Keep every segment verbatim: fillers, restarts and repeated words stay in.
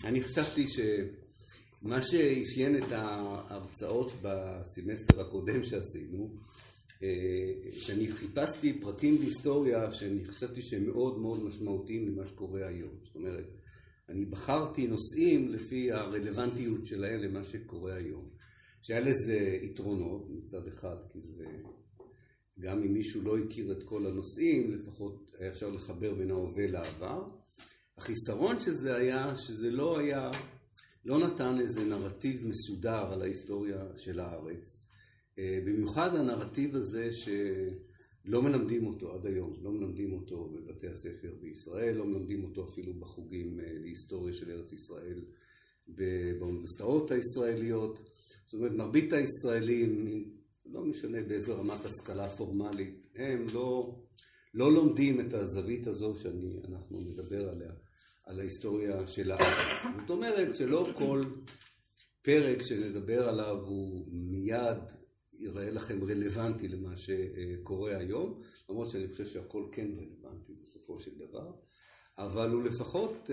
אני חשבתי שמה שאפיין את ההרצאות בסמסטר הקודם שעשינו, שאני חיפשתי פרקים בהיסטוריה שאני חשבתי שהם מאוד מאוד משמעותיים למה שקורה היום. זאת אומרת, אני בחרתי נושאים לפי הרלוונטיות שלהם למה שקורה היום. שהיה לזה יתרונות מצד אחד, כי זה גם אם מישהו לא הכיר את כל הנושאים, לפחות היה אפשר לחבר בין ההווה לעבר. החיסרון של זה היה שזה לא היה, לא נתן איזה נרטיב מסודר על ההיסטוריה של הארץ. במיוחד הנרטיב הזה שלא מלמדים אותו עד היום, לא מלמדים אותו בבתי הספר בישראל, לא מלמדים אותו אפילו בחוגים להיסטוריה של ארץ ישראל באוניברסיטאות הישראליות. זאת אומרת, מרבית הישראלים, לא משנה באיזה רמת השכלה פורמלית, הם לא, לא לומדים את הזווית הזו שאנחנו נדבר עליה, על ההיסטוריה של הארץ. זאת אומרת שלא כל פרק שנדבר עליו הוא מיד יראה לכם רלוונטי למה שקורה היום, למרות שאני חושב שהכל כן רלוונטי בסופו של דבר, אבל הוא לפחות,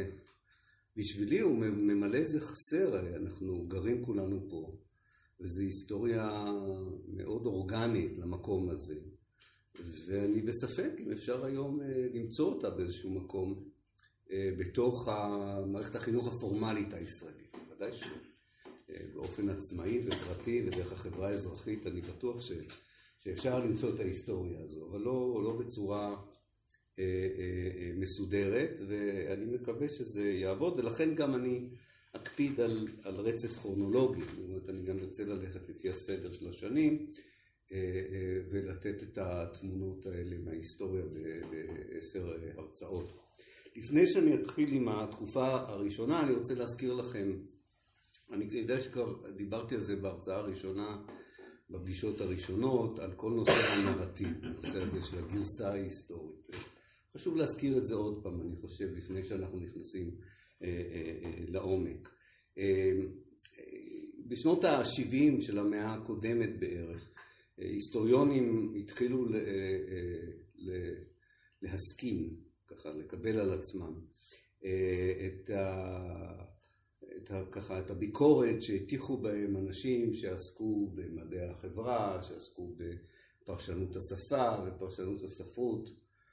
בשבילי הוא ממלא איזה חסר, אנחנו גרים כולנו פה, וזו היסטוריה מאוד אורגנית למקום הזה, ואני בספק אם אפשר היום למצוא אותה באיזשהו מקום, בתוך מערכת החינוך הפורמלית הישראלית, ודאי שלא. באופן עצמאי ופרטי ודרך החברה האזרחית, אני בטוח ש, שאפשר למצוא את ההיסטוריה הזו, אבל לא, לא בצורה אה, אה, מסודרת, ואני מקווה שזה יעבוד, ולכן גם אני אקפיד על, על רצף כרונולוגי, זאת אומרת, אני גם רוצה ללכת לפי הסדר של השנים, אה, אה, ולתת את התמונות האלה מההיסטוריה בעשר הרצאות. לפני שאני אתחיל עם התקופה הראשונה, אני רוצה להזכיר לכם, אני יודע שכבר דיברתי על זה בהרצאה הראשונה, בפגישות הראשונות, על כל נושא הנרטיב, הנושא הזה של הגרסה ההיסטורית. חשוב להזכיר את זה עוד פעם, אני חושב, לפני שאנחנו נכנסים אה, אה, אה, לעומק. אה, בשנות ה-שבעים של המאה הקודמת בערך, אה, היסטוריונים התחילו ל, אה, אה, להסכים, ככה, לקבל על עצמם, אה, את ה... את, ככה, את הביקורת שהטיחו בהם אנשים שעסקו במדעי החברה, שעסקו בפרשנות השפה ופרשנות הספרות,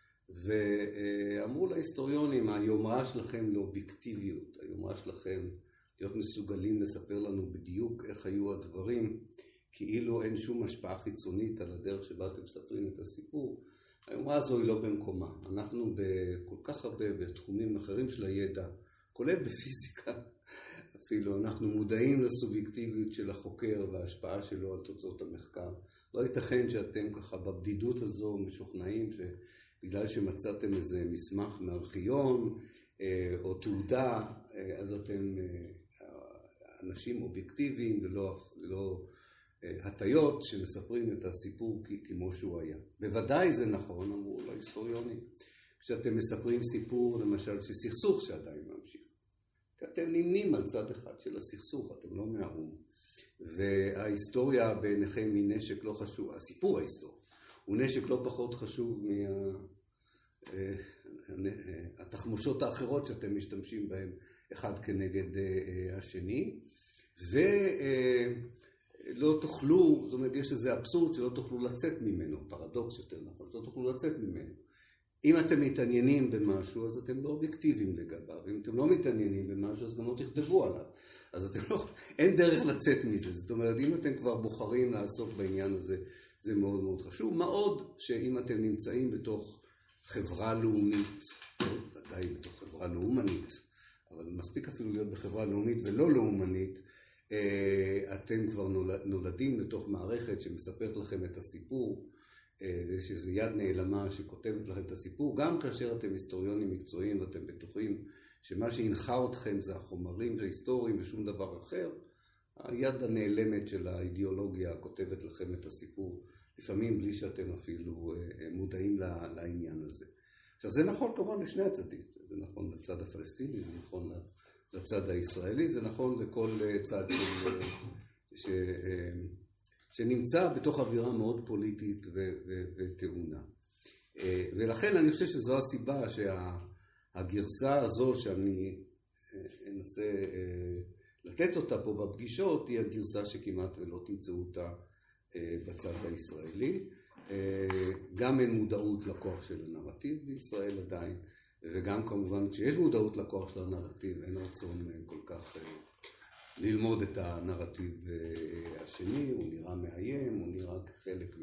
ואמרו להיסטוריונים, היומרה שלכם לאובייקטיביות, היומרה שלכם להיות מסוגלים לספר לנו בדיוק איך היו הדברים, כאילו אין שום השפעה חיצונית על הדרך שבה אתם מספרים את הסיפור. היומרה הזו היא לא במקומה. אנחנו בכל כך הרבה בתחומים אחרים של הידע, כולל בפיזיקה, אפילו אנחנו מודעים לסובייקטיביות של החוקר וההשפעה שלו על תוצאות המחקר. לא ייתכן שאתם ככה בבדידות הזו משוכנעים שבגלל שמצאתם איזה מסמך מארכיון או תעודה, אז אתם אנשים אובייקטיביים ללא, ללא הטיות שמספרים את הסיפור כמו שהוא היה. בוודאי זה נכון, אמרו להיסטוריונים, כשאתם מספרים סיפור למשל שסכסוך שעדיין ממשיך. אתם נמנים על צד אחד של הסכסוך, אתם לא מהאום. וההיסטוריה בעיניכם היא נשק לא חשוב, הסיפור ההיסטורי הוא נשק לא פחות חשוב מהתחמושות האחרות שאתם משתמשים בהן אחד כנגד השני. ולא תוכלו, זאת אומרת, יש איזה אבסורד שלא תוכלו לצאת ממנו, פרדוקס יותר נכון, שלא תוכלו לצאת ממנו. אם אתם מתעניינים במשהו, אז אתם לא אובייקטיביים לגביו. אם אתם לא מתעניינים במשהו, אז גם לא תכתבו עליו. אז אתם לא, אין דרך לצאת מזה. זאת אומרת, אם אתם כבר בוחרים לעסוק בעניין הזה, זה מאוד מאוד חשוב. מה עוד שאם אתם נמצאים בתוך חברה לאומית, ודאי בתוך חברה לאומנית, אבל מספיק אפילו להיות בחברה לאומית ולא לאומנית, אתם כבר נולדים לתוך מערכת שמספרת לכם את הסיפור, שזה יד נעלמה שכותבת לכם את הסיפור, גם כאשר אתם היסטוריונים מקצועיים ואתם בטוחים שמה שהנחה אתכם זה החומרים ההיסטוריים ושום דבר אחר, היד הנעלמת של האידיאולוגיה כותבת לכם את הסיפור, לפעמים בלי שאתם אפילו מודעים לעניין הזה. עכשיו זה נכון כמובן לשני הצדדים, זה נכון לצד הפלסטיני, זה נכון לצד הישראלי, זה נכון לכל צד של... ש... שנמצא בתוך אווירה מאוד פוליטית וטעונה. ולכן אני חושב שזו הסיבה שהגרסה הזו שאני אנסה לתת אותה פה בפגישות, היא הגרסה שכמעט ולא תמצאו אותה בצד הישראלי. גם אין מודעות לכוח של הנרטיב בישראל עדיין, וגם כמובן כשיש מודעות לכוח של הנרטיב, אין רצון כל כך ללמוד את הנרטיב השני, הוא נראה מאיים, הוא נראה כחלק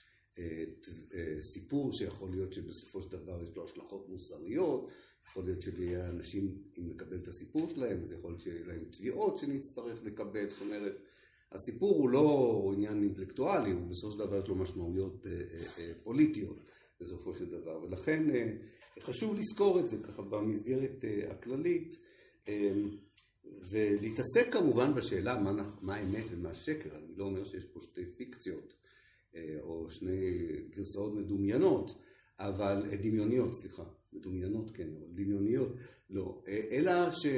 מסיפור שיכול להיות שבסופו של דבר יש לו השלכות מוסריות, יכול להיות שאנשים, אם נקבל את הסיפור שלהם, אז יכול להיות שיהיה להם תביעות שנצטרך לקבל, זאת אומרת, הסיפור הוא לא עניין אינטלקטואלי, הוא בסופו של דבר יש לו משמעויות פוליטיות בסופו של דבר, ולכן חשוב לזכור את זה ככה במסגרת הכללית, ולהתעסק כמובן בשאלה מה, מה האמת ומה שקר. אני לא אומר שיש פה שתי פיקציות או שני גרסאות מדומיינות, אבל דמיוניות, סליחה, מדומיינות כן, אבל דמיוניות לא, אלא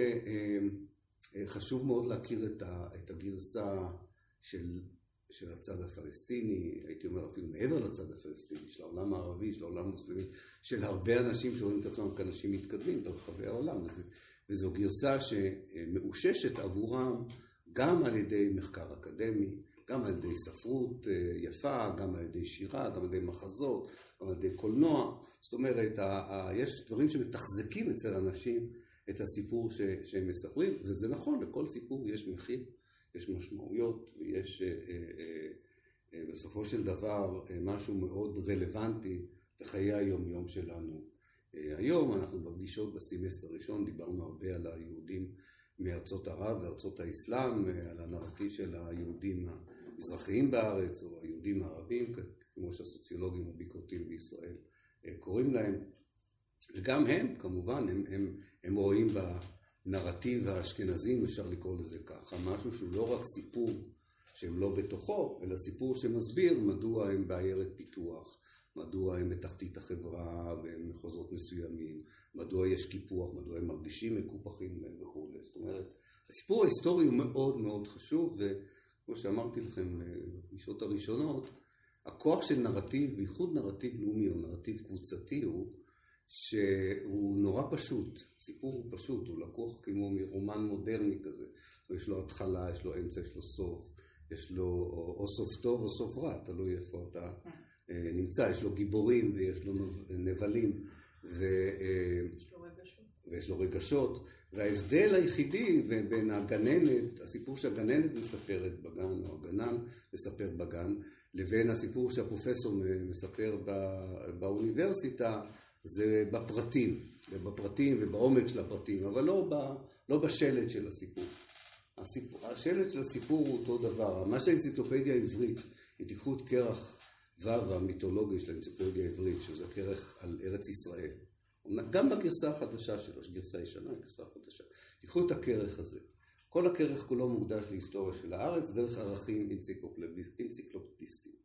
שחשוב מאוד להכיר את, ה, את הגרסה של, של הצד הפלסטיני, הייתי אומר אפילו מעבר לצד הפלסטיני, של העולם הערבי, של העולם המוסלמי, של הרבה אנשים שרואים את עצמם כאנשים מתקדמים ברחבי העולם. וזה, וזו גרסה שמאוששת עבורם גם על ידי מחקר אקדמי, גם על ידי ספרות יפה, גם על ידי שירה, גם על ידי מחזות, גם על ידי קולנוע. זאת אומרת, יש דברים שמתחזקים אצל אנשים את הסיפור שהם מספרים, וזה נכון, לכל סיפור יש מחיר, יש משמעויות, ויש בסופו של דבר משהו מאוד רלוונטי לחיי היום-יום שלנו. היום אנחנו בפגישות בסמסטר הראשון דיברנו הרבה על היהודים מארצות ערב וארצות האסלאם, על הנרטיב של היהודים המזרחיים בארץ או היהודים הערבים, כמו שהסוציולוגים הביקורתיים בישראל קוראים להם, וגם הם כמובן הם, הם, הם רואים בנרטיב האשכנזים, אפשר לקרוא לזה ככה, משהו שהוא לא רק סיפור שהם לא בתוכו, אלא סיפור שמסביר מדוע הם בעיירת פיתוח, מדוע הם בתחתית החברה במחוזות מסוימים, מדוע יש קיפוח, מדוע הם מרגישים מקופחים וכו'. זאת אומרת, הסיפור ההיסטורי הוא מאוד מאוד חשוב, וכמו שאמרתי לכם בפגישות הראשונות, הכוח של נרטיב, בייחוד נרטיב לאומי או נרטיב קבוצתי, הוא שהוא נורא פשוט. סיפור הוא פשוט, הוא לקוח כמו מרומן מודרני כזה. יש לו התחלה, יש לו אמצע, יש לו סוף, יש לו או, או סוף טוב או סוף רע, תלוי איפה אתה נמצא, יש לו גיבורים ויש לו נבלים ו... יש לו רגשות. ויש לו רגשות, וההבדל היחידי בין הגננת, הסיפור שהגננת מספרת בגן, או הגנן מספר בגן, לבין הסיפור שהפרופסור מספר באוניברסיטה, זה בפרטים, בפרטים ובעומק של הפרטים, אבל לא, ב, לא בשלט של הסיפור. הסיפור. השלט של הסיפור הוא אותו דבר. מה שהאנציקלופדיה העברית, היא תיקחו את כרך ו' המיתולוגי של האנציקלופדיה העברית, שזה כרך על ארץ ישראל. גם בגרסה החדשה שלו, יש גרסה ישנה, גרסה חדשה. תיקחו את הכרך הזה. כל הכרך כולו מוקדש להיסטוריה של הארץ, דרך ערכים אנציקלופדיסטיים.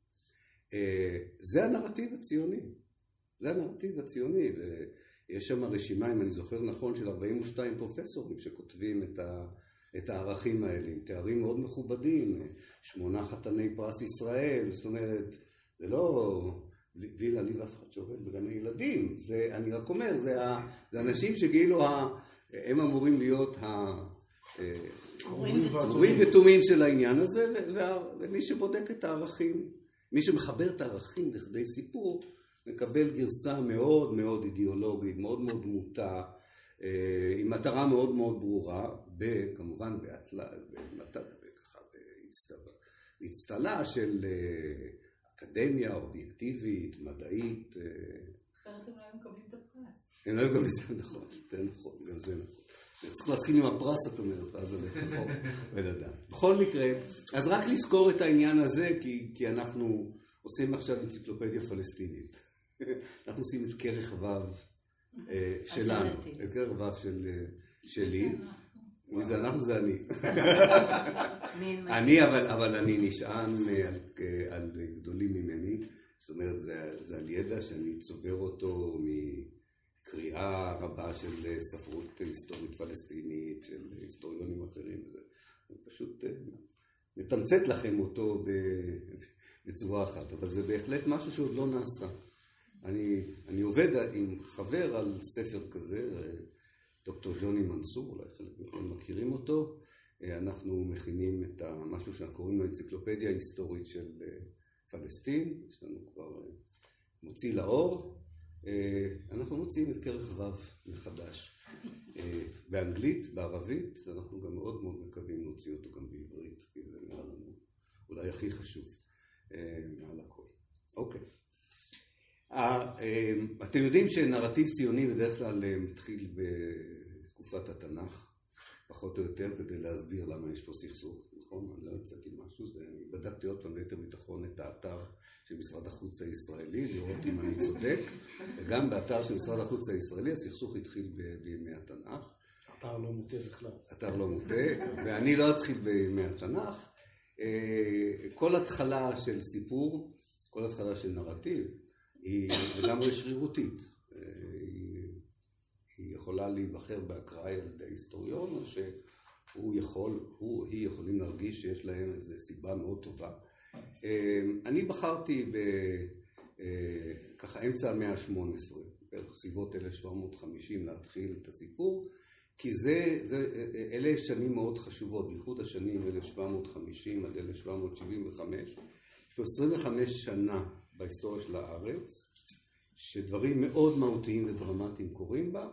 זה הנרטיב הציוני. זה הנרטיב הציוני, ויש שם רשימה, אם אני זוכר נכון, של ארבעים ושתיים פרופסורים שכותבים את, ה, את הערכים האלה, עם תארים מאוד מכובדים, שמונה חתני פרס ישראל, זאת אומרת, זה לא בלי להעליב אף אחד שעובד בגני ילדים, זה, אני רק אומר, זה, ה, זה אנשים שכאילו ה, הם אמורים להיות האורים ותומים של העניין הזה, ומי שבודק את הערכים, מי שמחבר את הערכים לכדי סיפור, מקבל גרסה מאוד מאוד אידיאולוגית, מאוד מאוד מוטה, עם מטרה מאוד מאוד ברורה, כמובן בהצטלה של אקדמיה אובייקטיבית, מדעית. אחרת הם לא היו מקבלים את הפרס. הם לא היו מקבלים את הפרס, נכון, זה נכון, גם זה נכון. צריך להתחיל עם הפרס, את אומרת, ואז הולך נכון ולדעת. בכל מקרה, אז רק לזכור את העניין הזה, כי, כי אנחנו עושים עכשיו אנציקלופדיה פלסטינית. אנחנו עושים את כרך ו' שלנו, את כרך ו' של, שלי. מי זה אנחנו? זה אני. אני, אבל, אבל אני נשען על, על גדולים ממני. זאת אומרת, זה, זה על ידע שאני צובר אותו מקריאה רבה של ספרות היסטורית פלסטינית, של היסטוריונים אחרים. זה פשוט מתמצת לכם אותו בצורה אחת, אבל זה בהחלט משהו שעוד לא נעשה. אני, אני עובד עם חבר על ספר כזה, דוקטור ג'וני מנסור, אולי חלק מכם מכירים אותו. אנחנו מכינים את משהו שאנחנו קוראים לו אנציקלופדיה היסטורית של פלסטין, יש לנו כבר מוציא לאור. אנחנו מוציאים את כרך ו' מחדש, באנגלית, בערבית, ואנחנו גם מאוד מאוד מקווים להוציא אותו גם בעברית, כי זה נראה לנו אולי הכי חשוב מעל הכל. אוקיי. אתם יודעים שנרטיב ציוני בדרך כלל מתחיל בתקופת התנ"ך, פחות או יותר, כדי להסביר למה יש פה סכסוך, נכון? אני לא המצאתי משהו, זה, אני בדקתי עוד פעם ליתר ביטחון את האתר של משרד החוץ הישראלי, לראות אם אני צודק, וגם באתר של משרד החוץ הישראלי הסכסוך התחיל בימי התנ"ך. אתר לא מוטה בכלל. אתר לא מוטה, ואני לא אתחיל בימי התנ"ך. כל התחלה של סיפור, כל התחלה של נרטיב, היא לגמרי שרירותית. היא יכולה להיבחר בהקראה על ידי היסטוריון, או שהוא יכול, הוא, היא יכולים להרגיש שיש להם איזו סיבה מאוד טובה. אני בחרתי בככה אמצע המאה ה-שמונה עשרה, בערך סביבות אלף שבע מאות וחמישים להתחיל את הסיפור, כי זה, זה, אלה שנים מאוד חשובות, בייחוד השנים אלף שבע מאות וחמישים עד אלף שבע מאות שבעים וחמש, יש לו עשרים וחמש שנה בהיסטוריה של הארץ, שדברים מאוד מהותיים ודרמטיים קורים בה,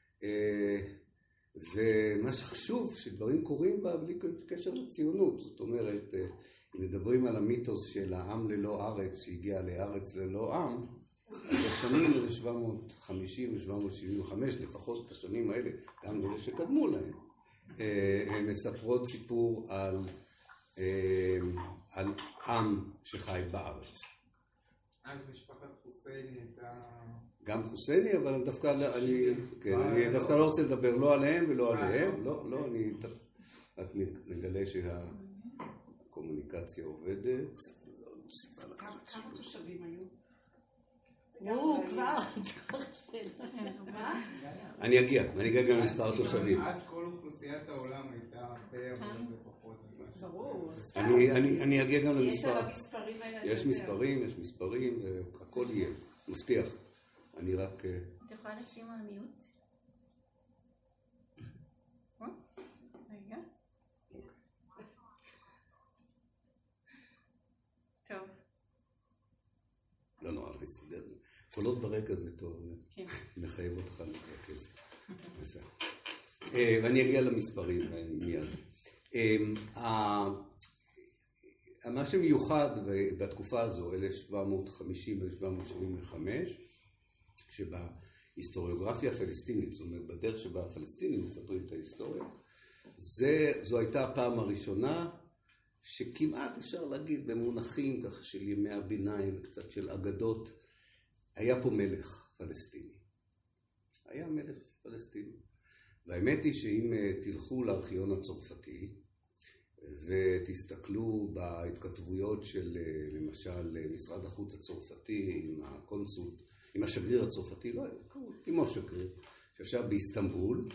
ומה שחשוב, שדברים קורים בה בלי קשר לציונות. זאת אומרת, מדברים על המיתוס של העם ללא ארץ, שהגיע לארץ ללא עם, אז השנים אלף שבע מאות וחמישים ו-שבע מאות שבעים וחמש, לפחות את השנים האלה, גם אלה שקדמו להם, הן מספרות סיפור על, על עם שחי בארץ. אז משפחת חוסייני הייתה... גם חוסייני, אבל דווקא אני, כן, אני דווקא לא רוצה לדבר לא עליהם ולא עליהם, לא, לא, אני רק נגלה שהקומוניקציה עובדת. כמה תושבים היו? נו, כבר, כבר מה? אני אגיע, אני אגיע גם למספר התושבים. אז כל אוכלוסיית העולם הייתה הרבה ופחות. ברור. אני אגיע גם למספר. יש על המספרים האלה. יש מספרים, יש מספרים, הכל יהיה, מבטיח. אני רק... את יכולה לשים על מיוט? רגע. טוב. לא נורא, נסתדר. קולות ברקע זה טוב, כן. מחייב אותך להתרכז. בסדר. ואני אגיע למספרים מיד. מה שמיוחד בתקופה הזו, אלף שבע מאות וחמישים עד אלף שבע מאות שבעים וחמש, שבהיסטוריוגרפיה הפלסטינית, זאת אומרת, בדרך שבה הפלסטינים מספרים את ההיסטוריה, זה, זו הייתה הפעם הראשונה שכמעט אפשר להגיד במונחים ככה של ימי הביניים וקצת של אגדות, היה פה מלך פלסטיני. היה מלך פלסטיני. והאמת היא שאם תלכו לארכיון הצרפתי ותסתכלו בהתכתבויות של למשל משרד החוץ הצרפתי עם הקונסול, עם השגריר הצרפתי, לא, כמו שגריר, שישב באיסטנבול,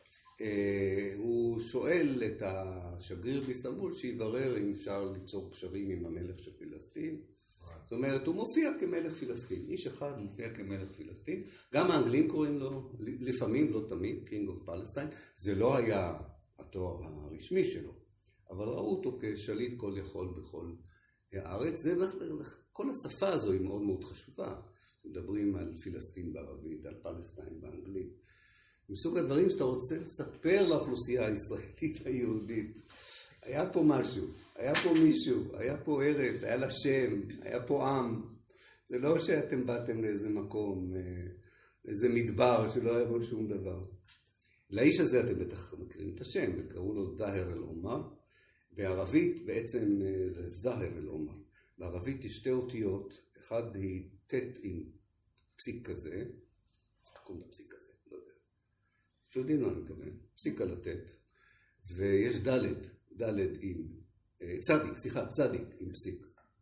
הוא שואל את השגריר באיסטנבול שיברר אם אפשר ליצור קשרים עם המלך של פלסטין. זאת אומרת, הוא מופיע כמלך פלסטין. איש אחד מופיע כמלך פלסטין. גם האנגלים קוראים לו, לפעמים, לא תמיד, King of Palestine. זה לא היה התואר הרשמי שלו, אבל ראו אותו כשליט כל יכול בכל הארץ. זה, כל השפה הזו היא מאוד מאוד חשובה. מדברים על פלסטין בערבית, על פלסטין באנגלית. מסוג הדברים שאתה רוצה לספר לאוכלוסייה הישראלית היהודית. היה פה משהו, היה פה מישהו, היה פה ארץ, היה לה שם, היה פה עם. זה לא שאתם באתם לאיזה מקום, לאיזה מדבר שלא היה בו שום דבר. לאיש הזה אתם בטח מכירים את השם, וקראו לו דהר אל-עומר. בערבית בעצם זה דהר אל-עומר. בערבית יש שתי אותיות, אחד היא תת עם פסיק כזה, קוראים לה פסיק כזה, לא יודע. אתם יודעים מה אני מכוון, פסיק על התת, ויש דלת, דלת עם, צדיק, סליחה, צדיק עם פסיק.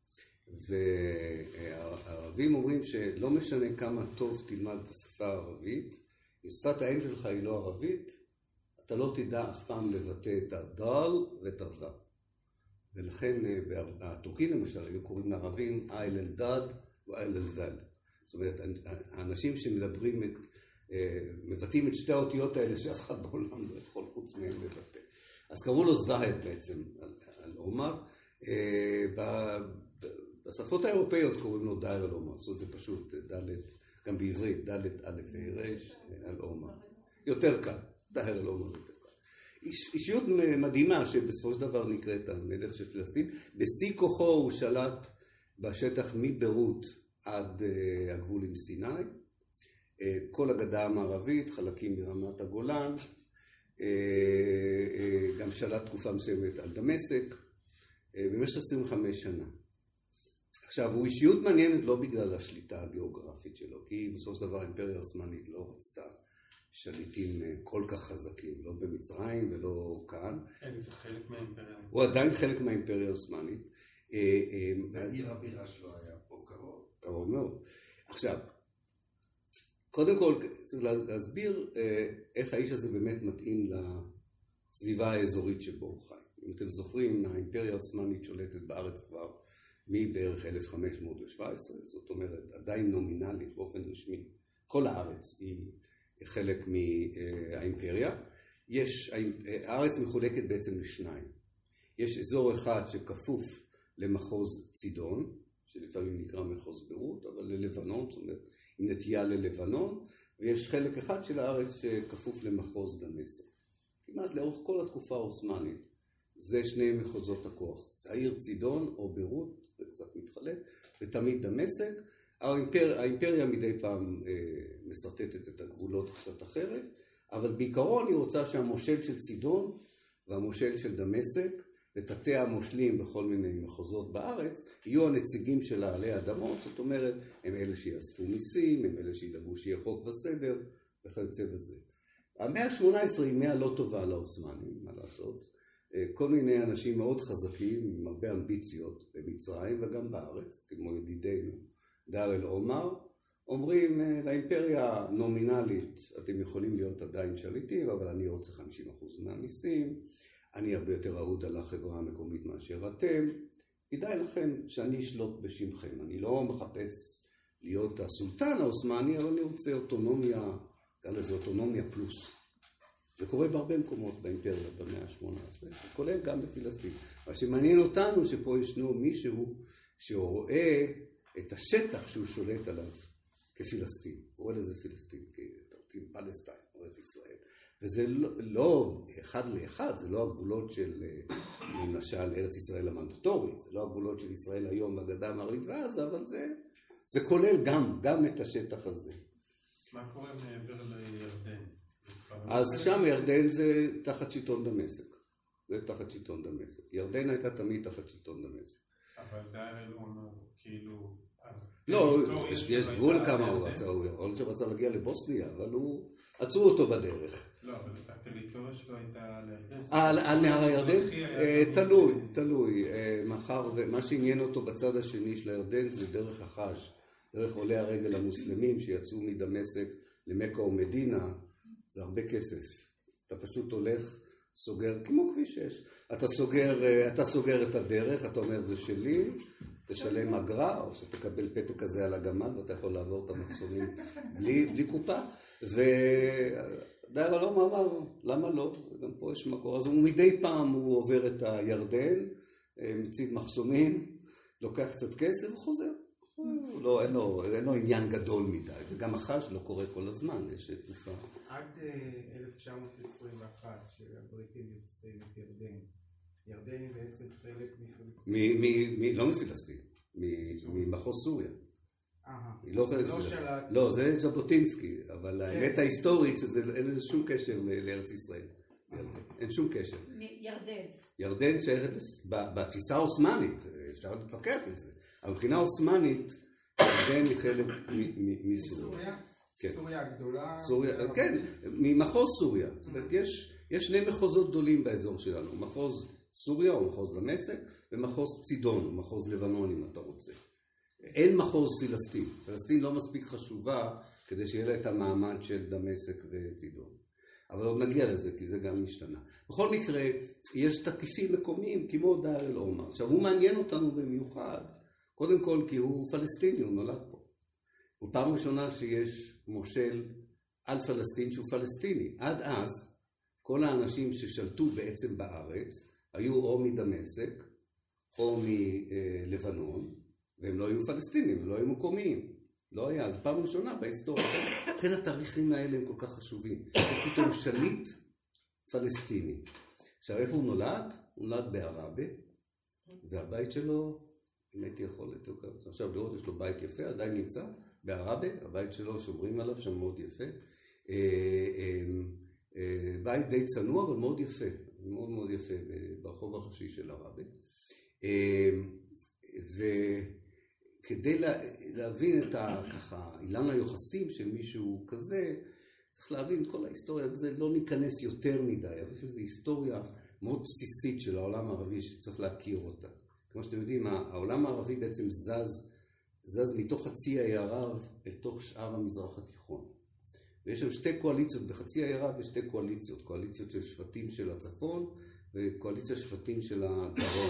והערבים אומרים שלא משנה כמה טוב תלמד את השפה הערבית, אם שפת האם שלך היא לא ערבית, אתה לא תדע אף פעם לבטא את הדל ואת הוו. ולכן הטורקים למשל היו קוראים לערבים אייל אל-דד ואייל אל-דל. זאת אומרת, האנשים שמדברים את מבטאים את שתי האותיות האלה שאף אחד בעולם לא יכול חוץ מהם לבטא. אז קראו לו זהב בעצם על עומר. בשפות האירופאיות קוראים לו דאר אל עומר, זאת אומרת זה פשוט ד' גם בעברית, ד' א' ה' על עומר. יותר קל, דאר אל עומר יותר קל. איש, אישיות מדהימה שבסופו של דבר נקראת המלך של פלסטין. בשיא כוחו הוא שלט בשטח מביירות עד uh, הגבול עם סיני, uh, כל הגדה המערבית, חלקים מרמת הגולן, uh, uh, גם שלט תקופה מסוימת על דמשק, uh, במשך עשרים וחמש שנה. עכשיו, הוא אישיות מעניינת לא בגלל השליטה הגיאוגרפית שלו, כי בסופו של דבר האימפריה העות'מאנית לא רצתה שליטים כל כך חזקים, לא במצרים ולא כאן. כן, זה חלק מהאימפריה. הוא עדיין חלק מהאימפריה העות'מאנית. והעיר הבירה שלו היה פה קרוב. קרוב מאוד. עכשיו, קודם כל צריך להסביר איך האיש הזה באמת מתאים לסביבה האזורית שבו הוא חי. אם אתם זוכרים, האימפריה העות'מאנית שולטת בארץ כבר מבערך אלף חמש מאות שבע עשרה, זאת אומרת עדיין נומינלית באופן רשמי. כל הארץ היא חלק מהאימפריה. יש, הארץ מחולקת בעצם לשניים. יש אזור אחד שכפוף למחוז צידון, שלפעמים נקרא מחוז ביירות, אבל ללבנון, זאת אומרת, עם נטייה ללבנון, ויש חלק אחד של הארץ שכפוף למחוז דמשק. כמעט לאורך כל התקופה העות'מאנית, זה שני מחוזות הכוח. העיר צידון או ביירות, זה קצת מתחלק, ותמיד דמשק. האימפר, האימפריה מדי פעם אה, מסרטטת את הגבולות קצת אחרת, אבל בעיקרון היא רוצה שהמושל של צידון והמושל של דמשק ותתי המושלים בכל מיני מחוזות בארץ יהיו הנציגים שלה עלי אדמות, זאת אומרת, הם אלה שיאספו מיסים, הם אלה שידאגו שיהיה חוק וסדר וכיוצא בזה. המאה ה-שמונה עשרה היא מאה לא טובה לעות'מאנים, מה לעשות? כל מיני אנשים מאוד חזקים עם הרבה אמביציות במצרים וגם בארץ, כמו ידידינו דאר אל עומר, אומרים לאימפריה נומינלית, אתם יכולים להיות עדיין שליטים, אבל אני רוצה חמישים אחוז מהמיסים, אני הרבה יותר אהוד על החברה המקומית מאשר אתם, כדאי לכם שאני אשלוט בשמכם, אני לא מחפש להיות הסולטן העות'מאני, אבל אני רוצה אוטונומיה, קרא לזה אוטונומיה פלוס. זה קורה בהרבה מקומות באימפריה במאה ה-שמונה עשרה, כולל גם בפלסטין. מה שמעניין אותנו שפה ישנו מישהו שרואה את השטח שהוא שולט עליו כפלסטין. הוא רואה לזה פלסטין, כתרתים פלסטין, ארץ ישראל. וזה לא, לא אחד לאחד, זה לא הגבולות של, למשל, ארץ ישראל המנדטורית, זה לא הגבולות של ישראל היום בגדה המערבית ועזה, אבל זה, זה כולל גם, גם את השטח הזה. מה קורה מעבר לירדן? אז שם ירדן זה תחת שלטון דמשק. זה תחת שלטון דמשק. ירדן הייתה תמיד תחת שלטון דמשק. אבל דאר אל עומר, כאילו... לא, יש גבול כמה הוא רצה, הוא יכול שרצה להגיע לבוסניה, אבל הוא... עצרו אותו בדרך. לא, אבל הטריטוריה שלו הייתה על הירדן. על נהר הירדן? תלוי, תלוי. מאחר ומה שעניין אותו בצד השני של הירדן זה דרך החאג', דרך עולי הרגל המוסלמים שיצאו מדמשק למכה ומדינה. זה הרבה כסף. אתה פשוט הולך, סוגר, כמו כביש שש. אתה סוגר, אתה סוגר את הדרך, אתה אומר זה שלי, תשלם אגרה, או שתקבל פתק כזה על הגמל, ואתה יכול לעבור את המחסומים בלי, בלי קופה. ודאי, אבל לא, מה אמר, למה לא? גם פה יש מקור. אז הוא מדי פעם הוא עובר את הירדן, מציב מחסומים, לוקח קצת כסף וחוזר. לא, אין לו, אין לו עניין גדול מדי, וגם החאג' לא קורה כל הזמן, יש תקופה. עד אלף תשע מאות עשרים ואחת שהבריטים יוצאים את ירדן, ירדן היא בעצם חלק מפלסטין. לא מפלסטין, ממחוז סוריה. היא לא חלק מפלסטין. שלט. לא, זה ז'בוטינסקי, אבל האמת ההיסטורית שאין לזה שום קשר לארץ ישראל. אין שום קשר. ירדן. ירדן שייכת בתפיסה העות'מאנית, אפשר להתווכח עם זה. אבל מבחינה עות'מאנית, ירדן היא חלק מסוריה. סוריה הגדולה. סוריה, כן, ממחוז סוריה. זאת אומרת, יש, יש שני מחוזות גדולים באזור שלנו. מחוז סוריה או מחוז דמשק, ומחוז צידון או מחוז לבנון אם אתה רוצה. אין מחוז פלסטין. פלסטין לא מספיק חשובה כדי שיהיה לה את המעמד של דמשק וצידון. אבל עוד נגיע לזה, כי זה גם משתנה. בכל מקרה, יש תקיפים מקומיים כמו דאר אל עומר. עכשיו, הוא מעניין אותנו במיוחד, קודם כל כי הוא פלסטיני, הוא נולד פה. הוא פעם ראשונה שיש מושל על פלסטין שהוא פלסטיני. עד אז כל האנשים ששלטו בעצם בארץ היו או מדמשק או מלבנון, והם לא היו פלסטינים, הם לא היו מקומיים. לא היה, זו פעם ראשונה בהיסטוריה. לכן התאריכים האלה הם כל כך חשובים. יש פתאום שליט פלסטיני. עכשיו, איפה הוא נולד? הוא נולד בערבה, והבית שלו, אם הייתי יכול לתוקף, עכשיו לראות, יש לו בית יפה, עדיין נמצא, בערבה, הבית שלו שומרים עליו, שם מאוד יפה. בית די צנוע, אבל מאוד יפה, מאוד מאוד יפה, ברחוב הראשי של ערבה. וכדי להבין את ככה, אילן היוחסים של מישהו כזה, צריך להבין את כל ההיסטוריה, וזה לא ניכנס יותר מדי, אבל יש איזו היסטוריה מאוד בסיסית של העולם הערבי שצריך להכיר אותה. כמו שאתם יודעים, העולם הערבי בעצם זז, זז מתוך חצי האי ערב אל תוך שאר המזרח התיכון. ויש שם שתי קואליציות, בחצי האי ערב יש שתי קואליציות, קואליציות של שבטים של הצפון וקואליציה שבטים של הדרום.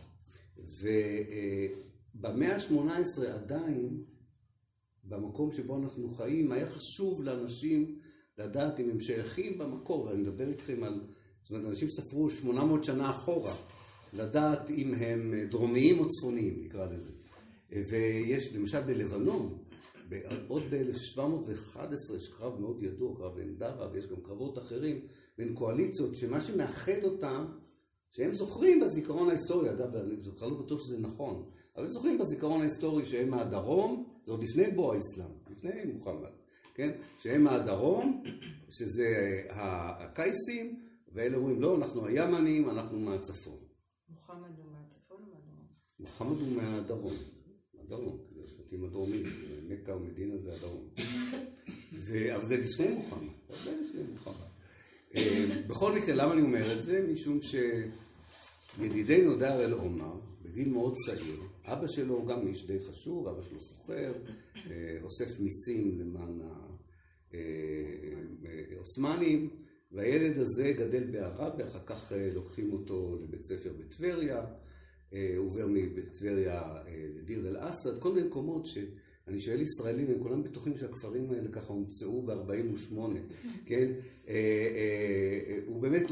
ובמאה ה-שמונה עשרה עדיין, במקום שבו אנחנו חיים, היה חשוב לאנשים לדעת אם הם שייכים במקור, ואני מדבר איתכם על, זאת אומרת, אנשים ספרו שמונה מאות שנה אחורה, לדעת אם הם דרומיים או צפוניים, נקרא לזה. ויש, למשל בלבנון, עוד ב-אלף שבע מאות ואחת עשרה יש קרב מאוד ידוע, קרב אנדרה, ויש גם קרבות אחרים, בין קואליציות, שמה שמאחד אותם, שהם זוכרים בזיכרון ההיסטורי, אגב, אני זוכר לא בטוח שזה נכון, אבל הם זוכרים בזיכרון ההיסטורי שהם מהדרום, זה עוד לפני בוא האסלאם, לפני מוחמד, כן? שהם מהדרום, שזה הקייסים, ואלה אומרים, לא, אנחנו הימנים, אנחנו מהצפון. מוחמד הוא מהצפון או מהדרום? מוחמד הוא מהדרום, מהדרום, זה השבטים הדרומיים, מקה ומדינה זה הדרום. אבל זה לפני מוחמד, זה לפני מוחמד. בכל מקרה, למה אני אומר את זה? משום שידידנו דאר אל עומר, בגיל מאוד צעיר, אבא שלו גם איש די חשוב, אבא שלו סוחר, אוסף מיסים למען האוסמנים, והילד הזה גדל בערבה, אחר כך לוקחים אותו לבית ספר בטבריה, עובר מבטבריה לדיר אל אסד, כל מיני מקומות שאני שואל ישראלים, הם כולם בטוחים שהכפרים האלה ככה הומצאו ב-ארבעים ושמונה, כן? הוא באמת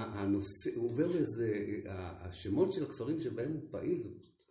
עובר לזה, השמות של הכפרים שבהם הוא פעיל, זה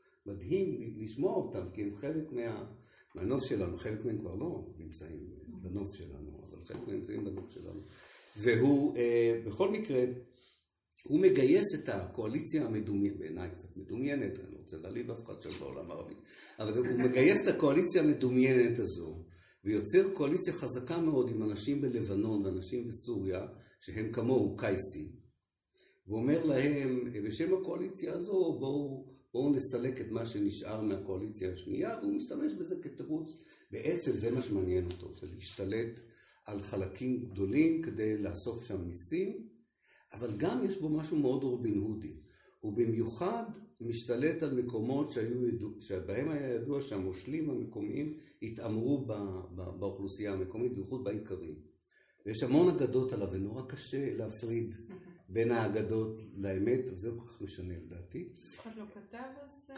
מדהים לשמוע אותם, כי הם חלק מהנוף שלנו, חלק מהם כבר לא נמצאים בנוף שלנו, אבל חלק מהם נמצאים בנוף שלנו. והוא, בכל מקרה, הוא מגייס את הקואליציה המדומיינת, בעיניי קצת מדומיינת, אני לא רוצה להעליב אף אחד שם בעולם הערבי, אבל הוא מגייס את הקואליציה המדומיינת הזו, ויוצר קואליציה חזקה מאוד עם אנשים בלבנון ואנשים בסוריה, שהם כמוהו קייסים. והוא אומר להם, בשם הקואליציה הזו, בואו, בואו נסלק את מה שנשאר מהקואליציה השנייה, והוא משתמש בזה כתירוץ. בעצם זה מה שמעניין אותו, זה להשתלט על חלקים גדולים כדי לאסוף שם מיסים, אבל גם יש בו משהו מאוד רובין הודי. הוא במיוחד משתלט על מקומות שהיו ידוע, שבהם היה ידוע שהמושלים המקומיים התאמרו באוכלוסייה המקומית, בייחוד בעיקרים. ויש המון אגדות עליו, ונורא קשה להפריד בין האגדות לאמת, וזה לא כל כך משנה לדעתי. אחד לא כתב אז?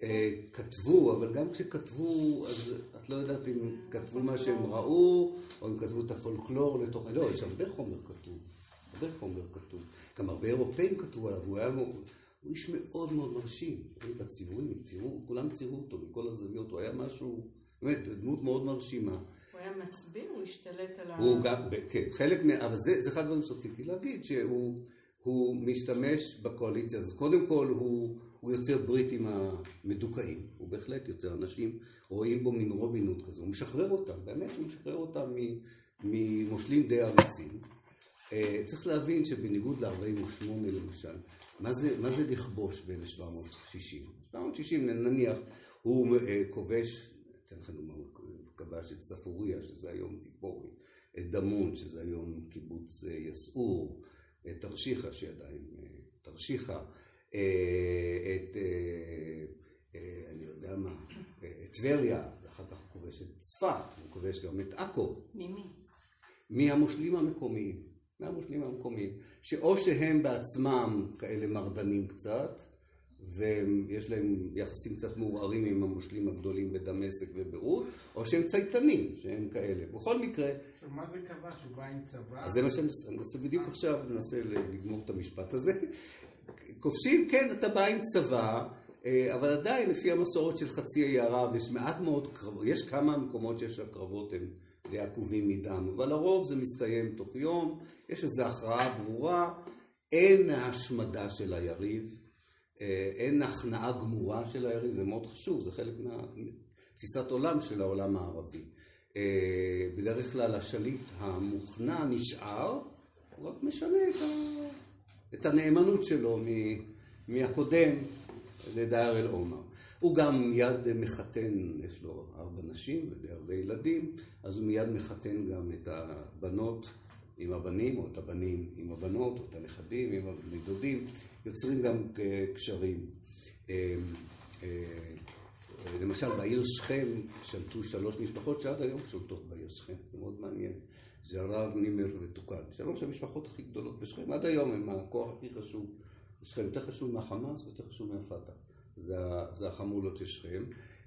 כתבו, אבל גם כשכתבו, אז את לא יודעת אם כתבו מה שהם ראו, או אם כתבו את הפולקלור לתוך... לא, יש הרבה חומר כתוב. הרבה חומר כתוב. גם הרבה אירופאים כתבו עליו, הוא היה... הוא איש מאוד מאוד מרשים. בציורים, צירו, כולם צירו אותו מכל הזוויות, הוא היה משהו... באמת, דמות מאוד מרשימה. הוא היה מצביא, הוא השתלט על ה... הוא גם, כן, חלק מה... אבל זה, זה אחד דברים שרציתי להגיד, שהוא הוא משתמש בקואליציה. אז קודם כל הוא, הוא יוצר ברית עם המדוכאים. הוא בהחלט יוצר, אנשים רואים בו מין רובינות כזו. הוא משחרר אותם, באמת הוא משחרר אותם ממושלים די עריצים. צריך להבין שבניגוד ל-ארבעים ושמונה למשל, מה זה, מה זה לכבוש ב-אלף שבע מאות שישים? אלף שבע מאות שישים נניח, הוא כובש, אתן לכם דוגמה, הוא כבש את ספוריה, שזה היום ציפורי, את דמון, שזה היום קיבוץ יסעור, את תרשיחה, שעדיין תרשיחה, את, אני יודע מה, את טבריה, ואחר כך הוא כובש את צפת, הוא כובש גם את עכו. ממי? מהמושלים המקומיים, מהמושלים המקומיים, שאו שהם בעצמם כאלה מרדנים קצת, ויש להם יחסים קצת מעורערים עם המושלים הגדולים בדמשק ובעוד, או שהם צייתנים, שהם כאלה. בכל מקרה... מה זה כבש? הוא בא עם צבא? אז זה מה שאני מנסה בדיוק עכשיו, ננסה לגמור את המשפט הזה. כובשים, כן, אתה בא עם צבא, אבל עדיין לפי המסורת של חצי האי ערב, יש מעט מאוד קרבות, יש כמה מקומות שיש הקרבות הם די עקובים מדם, אבל לרוב זה מסתיים תוך יום, יש איזו הכרעה ברורה, אין השמדה של היריב, אין הכנעה גמורה של היריב, זה מאוד חשוב, זה חלק מהתפיסת עולם של העולם הערבי. בדרך כלל השליט המוכנע נשאר, הוא רק משנה את, ה... את הנאמנות שלו מהקודם לדאר אל עומר. הוא גם מיד מחתן, יש לו ארבע נשים ודי הרבה ילדים, אז הוא מיד מחתן גם את הבנות עם הבנים, או את הבנים עם הבנות, או את הנכדים עם הדודים, יוצרים גם קשרים. למשל בעיר שכם שלטו שלוש משפחות שעד היום שולטות בעיר שכם, זה מאוד מעניין. זה הרב נימר ותוקן, שלוש המשפחות הכי גדולות בשכם, עד היום הם הכוח הכי חשוב בשכם, יותר חשוב מהחמאס ויותר חשוב מהפתח, זה, זה החמולות של שכם.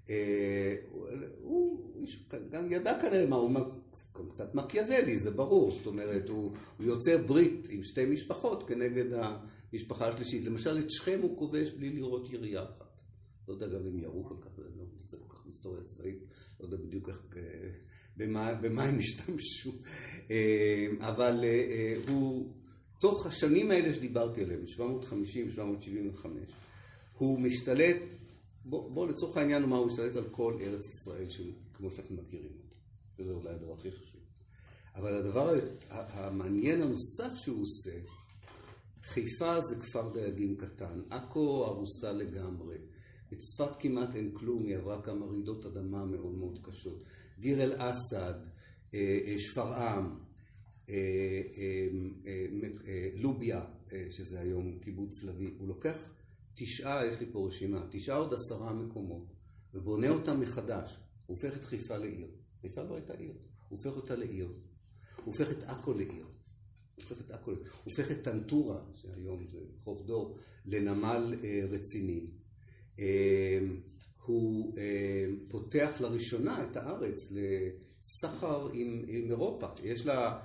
הוא גם ידע כנראה מה, הוא קצת מקיאוולי, זה ברור, זאת אומרת, הוא, הוא יוצר ברית עם שתי משפחות כנגד המשפחה השלישית. למשל, את שכם הוא כובש בלי לראות ירייה אחת. לא יודע גם אם ירו כל כך, לא נצא כל כך היסטוריה צבאית, לא יודע בדיוק איך, במה, במה הם השתמשו. אבל הוא, תוך השנים האלה שדיברתי עליהם, שבע מאות וחמישים שבע מאות שבעים וחמש, הוא משתלט, בוא, בוא לצורך העניין הוא מה, הוא משתלט על כל ארץ ישראל, כמו שאנחנו מכירים אותו. וזה אולי הדבר הכי חשוב. אבל הדבר המעניין הנוסף שהוא עושה, חיפה זה כפר דייגים קטן, עכו הרוסה לגמרי, בצפת כמעט אין כלום, היא עברה כמה רעידות אדמה מאוד מאוד קשות. דיר אל אסד, שפרעם, לוביה, שזה היום קיבוץ לוי, הוא לוקח תשעה, יש לי פה רשימה, תשעה עוד עשרה מקומות, ובונה אותם מחדש. הוא הופך את חיפה לעיר. חיפה לא הייתה עיר, הוא הופך אותה לעיר. הוא הופך את עכו לעיר. הוא הופך את עכו לעיר. הוא הופך את טנטורה, שהיום זה חוף דור, לנמל אה, רציני. אה, הוא אה, פותח לראשונה את הארץ לסחר עם, עם אירופה. יש לה,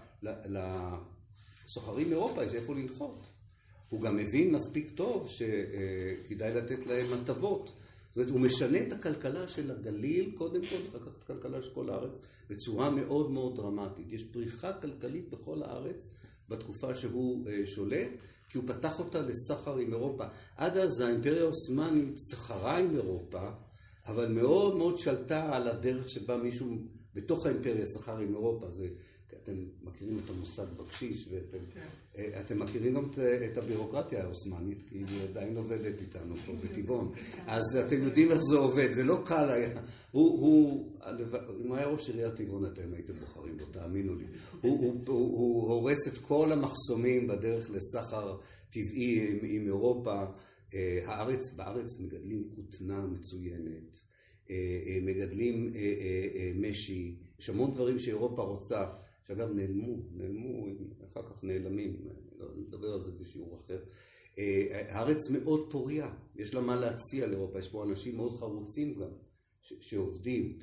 לסוחרים אירופה, יש איפה לנחות. הוא גם מבין מספיק טוב שכדאי לתת להם הטבות. זאת אומרת, הוא משנה את הכלכלה של הגליל, קודם כל, אחר כך את הכלכלה של כל הארץ, בצורה מאוד מאוד דרמטית. יש פריחה כלכלית בכל הארץ בתקופה שהוא שולט, כי הוא פתח אותה לסחר עם אירופה. עד אז האימפריה העות'מאנית סחרה עם אירופה, אבל מאוד מאוד שלטה על הדרך שבה מישהו בתוך האימפריה סחר עם אירופה. זה, אתם מכירים את המושג בקשיש, ואתם אתם מכירים גם את הבירוקרטיה העות'מאנית, כי היא עדיין עובדת איתנו פה בטבעון. אז אתם יודעים איך זה עובד, זה לא קל היה. הוא, הוא, אם הוא היה ראש עיריית טבעון, אתם הייתם בוחרים בו, תאמינו לי. הוא, הוא, הוא, הוא הורס את כל המחסומים בדרך לסחר טבעי עם, עם אירופה. הארץ, בארץ מגדלים כותנה מצוינת, מגדלים משי, יש המון דברים שאירופה רוצה, שאגב נעלמו, נעלמו, אחר כך נעלמים, נדבר על זה בשיעור אחר. הארץ מאוד פוריה, יש לה מה להציע לאירופה, יש פה אנשים מאוד חרוצים גם, ש- שעובדים.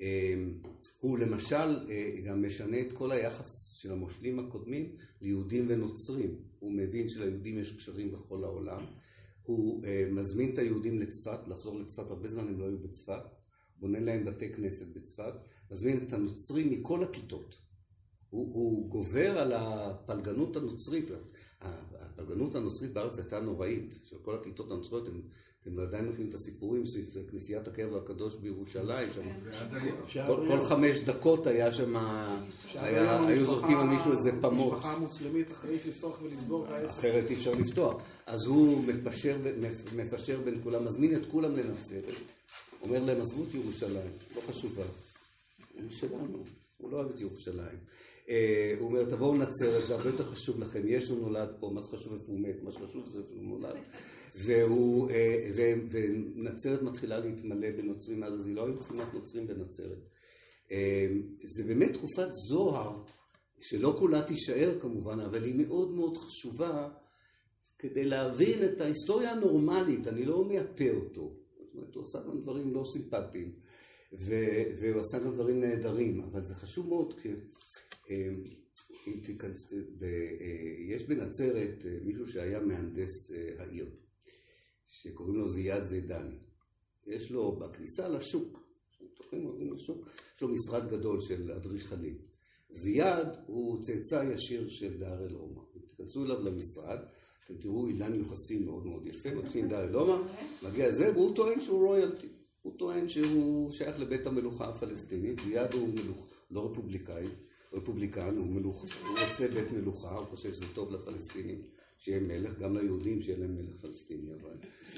הוא למשל גם משנה את כל היחס של המושלים הקודמים ליהודים ונוצרים. הוא מבין שליהודים יש קשרים בכל העולם. הוא מזמין את היהודים לצפת, לחזור לצפת, הרבה זמן הם לא היו בצפת, בונה להם בתי כנסת בצפת, מזמין את הנוצרים מכל הכיתות. הוא, הוא גובר על הפלגנות הנוצרית. הפלגנות הנוצרית בארץ הייתה נוראית, של כל הכיתות הנוצריות, הם, אתם עדיין מכירים את הסיפורים סביב כנסיית הקבר הקדוש בירושלים, שם, כל, כל חמש דקות היה שם, היה, היו זורקים על מישהו איזה פמות. משפחה מוסלמית אחראית לפתוח ולסגור את העסק. אחרת אי אפשר לפתוח. אז הוא מפשר, מפשר בין כולם, מזמין את כולם לנצרת, אומר להם, עזבו את ירושלים, לא חשובה, הוא שלנו, הוא לא אוהב את ירושלים. הוא אומר, תבואו נצרת, זה הרבה יותר חשוב לכם, ישו נולד פה, מה שחשוב איפה הוא מת, מה שחשוב זה איפה הוא נולד. והוא, ונצרת מתחילה להתמלא בנוצרים, אז היא לא היו כמעט נוצרים בנצרת. זה באמת תקופת זוהר, שלא כולה תישאר כמובן, אבל היא מאוד מאוד חשובה, כדי להבין את ההיסטוריה הנורמלית, אני לא מייפה אותו. זאת אומרת, הוא עשה גם דברים לא סימפטיים, והוא עשה גם דברים נהדרים, אבל זה חשוב מאוד, כי אם תיכנס, יש בנצרת מישהו שהיה מהנדס העיר, שקוראים לו זיאד זידני. יש לו בכניסה לשוק, לשוק, יש לו משרד גדול של אדריכלים. זיאד הוא צאצא ישיר של דאר אל עומר. אם תיכנסו אליו למשרד, אתם תראו אילן יוחסים מאוד מאוד יפה, מתחיל דאר אל עומר, מגיע לזה, והוא טוען שהוא רויאלטי. הוא טוען שהוא שייך לבית המלוכה הפלסטינית. זיאד הוא מלוך, לא רפובליקאי, רפובליקן, הוא, מלוך, הוא רוצה בית מלוכה, הוא חושב שזה טוב לפלסטינים שיהיה מלך, גם ליהודים שיהיה להם מלך פלסטיני. אבל,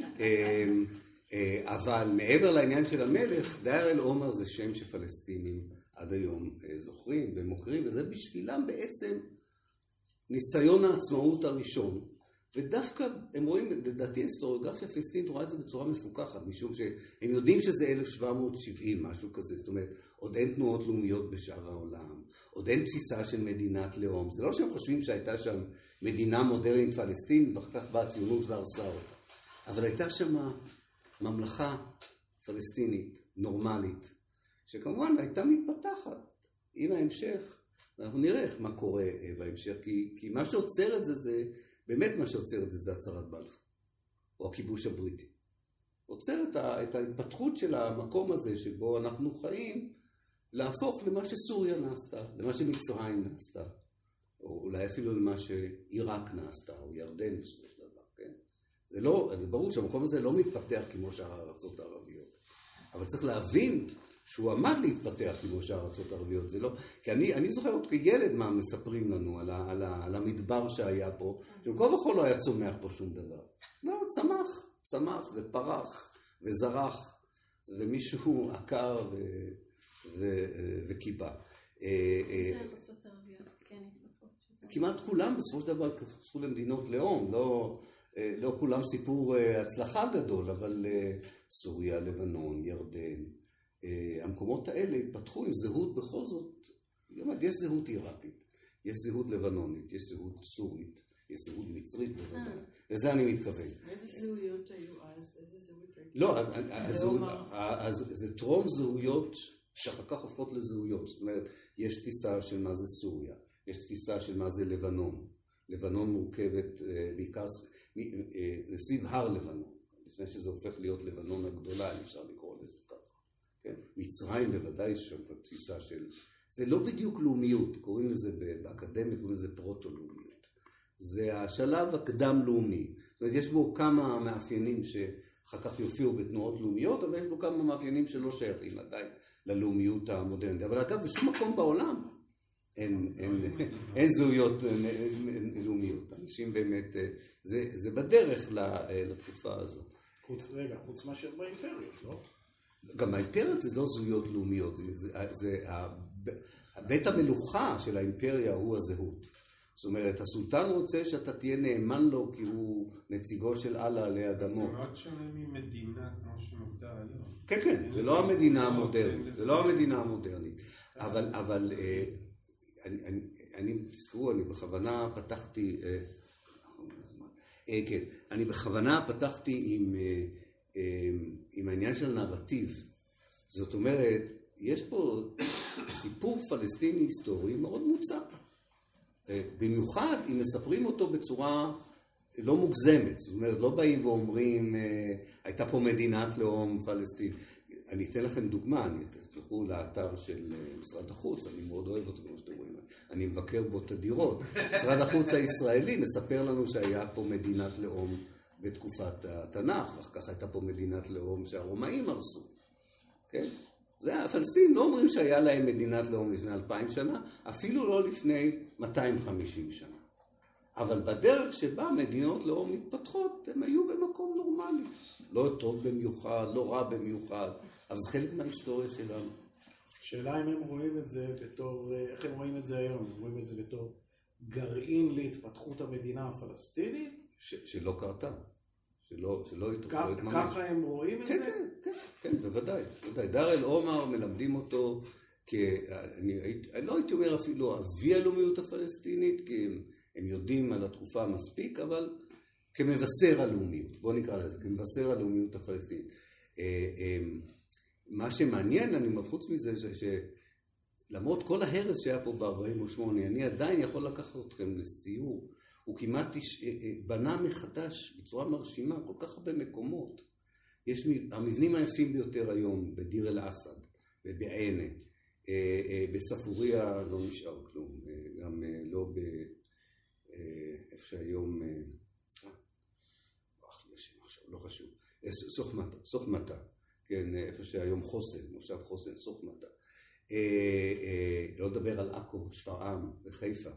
אבל מעבר לעניין של המלך, דאר אל עומר זה שם שפלסטינים עד היום זוכרים ומוכרים, וזה בשבילם בעצם ניסיון העצמאות הראשון. ודווקא הם רואים, לדעתי היסטוריוגרפיה הפלסטינית רואה את זה בצורה מפוקחת, משום שהם יודעים שזה אלף שבע מאות שבעים, משהו כזה, זאת אומרת, עוד אין תנועות לאומיות בשאר העולם, עוד אין תפיסה של מדינת לאום, זה לא שהם חושבים שהייתה שם מדינה מודרנית פלסטינית, ואחר כך באה הציונות והרסה אותה, אבל הייתה שם ממלכה פלסטינית, נורמלית, שכמובן הייתה מתפתחת עם ההמשך, ואנחנו נראה מה קורה בהמשך, כי, כי מה שעוצר את זה זה, באמת מה שעוצר את זה זה הצהרת בלפור, או הכיבוש הבריטי. עוצר את, ה, את ההתפתחות של המקום הזה שבו אנחנו חיים, להפוך למה שסוריה נעשתה, למה שמצרים נעשתה, או אולי אפילו למה שעיראק נעשתה, או ירדן בסופו של דבר, כן? זה לא, זה ברור שהמקום הזה לא מתפתח כמו שאר הארצות הערביות, אבל צריך להבין שהוא עמד להתפתח כמו שאר הארצות הערביות, זה לא, כי אני, אני זוכר עוד כילד מה מספרים לנו על, ה, על, ה, על המדבר שהיה פה, שמכל וכל לא היה צומח פה שום דבר. לא, צמח, צמח ופרח וזרח, ומישהו עקר ו, ו, וקיבה. איזה ארצות ערביות, כן, כמעט כולם בסופו של דבר קפצו למדינות לאום, לא, לא כולם סיפור הצלחה גדול, אבל סוריה, לבנון, ירדן, המקומות האלה התפתחו עם זהות בכל זאת, יש זהות עיראקית, יש זהות לבנונית, יש זהות סורית, יש זהות מצרית בוודאי, לזה אני מתכוון. איזה זהויות היו אז? איזה זהות היו? לא, אז זה טרום זהויות שאחר כך הופכות לזהויות, זאת אומרת, יש תפיסה של מה זה סוריה, יש תפיסה של מה זה לבנון, לבנון מורכבת בעיקר, זה סביב הר לבנון, לפני שזה הופך להיות לבנון הגדולה, אפשר לקרוא לזה כך. כן? מצרים בוודאי יש שם תפיסה של, זה לא בדיוק לאומיות, קוראים לזה באקדמיה, קוראים לזה פרוטו-לאומיות. זה השלב הקדם-לאומי. זאת אומרת, יש בו כמה מאפיינים שאחר כך יופיעו בתנועות לאומיות, אבל יש בו כמה מאפיינים שלא שייכים עדיין ללאומיות המודרנית. אבל אגב, בשום מקום בעולם אין, אין, אין זהויות לאומיות. אנשים באמת, זה, זה בדרך לתקופה הזו. חוץ, רגע, חוץ מאשר באימפריות, לא? גם האימפריות זה לא זהויות לאומיות, זה, זה, זה, בית המלוכה של האימפריה הוא הזהות. זאת אומרת, הסולטן רוצה שאתה תהיה נאמן לו כי הוא נציגו של אללה עלי אדמות. זה מאוד שונה ממדינה כמו שמוגדר היום. כן, כן, זה לא המדינה המודרנית, זה לא המדינה המודרנית. אבל, אבל, אני, אני, אני, תזכרו, אני בכוונה פתחתי, כן, אני בכוונה פתחתי עם, עם העניין של נרטיב. זאת אומרת, יש פה סיפור פלסטיני היסטורי מאוד מוצק. במיוחד אם מספרים אותו בצורה לא מוגזמת, זאת אומרת, לא באים ואומרים, הייתה פה מדינת לאום פלסטין. אני אתן לכם דוגמה, אני תלכו לאתר של משרד החוץ, אני מאוד אוהב אותו כמו שאתם רואים, אני מבקר בו תדירות. משרד החוץ הישראלי מספר לנו שהיה פה מדינת לאום בתקופת התנ"ך, ואחר כך הייתה פה מדינת לאום שהרומאים הרסו. כן? זה הפלסטינים לא אומרים שהיה להם מדינת לאום לפני אלפיים שנה, אפילו לא לפני מאתיים וחמישים שנה. אבל בדרך שבה מדינות לאום מתפתחות, הם היו במקום נורמלי. לא טוב במיוחד, לא רע במיוחד, אבל זה חלק מההיסטוריה שלנו. שאלה אם הם רואים את זה בתור, איך הם רואים את זה היום? הם רואים את זה בתור גרעין להתפתחות המדינה הפלסטינית? ש- שלא קרתה. שלא, שלא כ- ככה הם רואים את כן, זה? כן, כן, כן, בוודאי. בוודאי. דאר אל עומר מלמדים אותו, כי אני, אני לא הייתי אומר אפילו אבי הלאומיות הפלסטינית, כי הם, הם יודעים על התקופה מספיק, אבל כמבשר הלאומיות, בוא נקרא לזה, כמבשר הלאומיות הפלסטינית. מה שמעניין, אני אומר, חוץ מזה, שלמרות כל ההרס שהיה פה ב-ארבעים ושמונה, אני עדיין יכול לקחת אתכם לסיור, הוא כמעט בנה מחדש בצורה מרשימה, כל כך הרבה מקומות. יש המבנים היפים ביותר היום, בדיר אל אסד, ובעינה, בספוריה לא נשאר כלום, גם לא באיפה שהיום, לא חשוב, סוך מטה, כן, איפה שהיום חוסן, מושב חוסן, סוך מטה. לא לדבר על עכו, שפרעם וחיפה.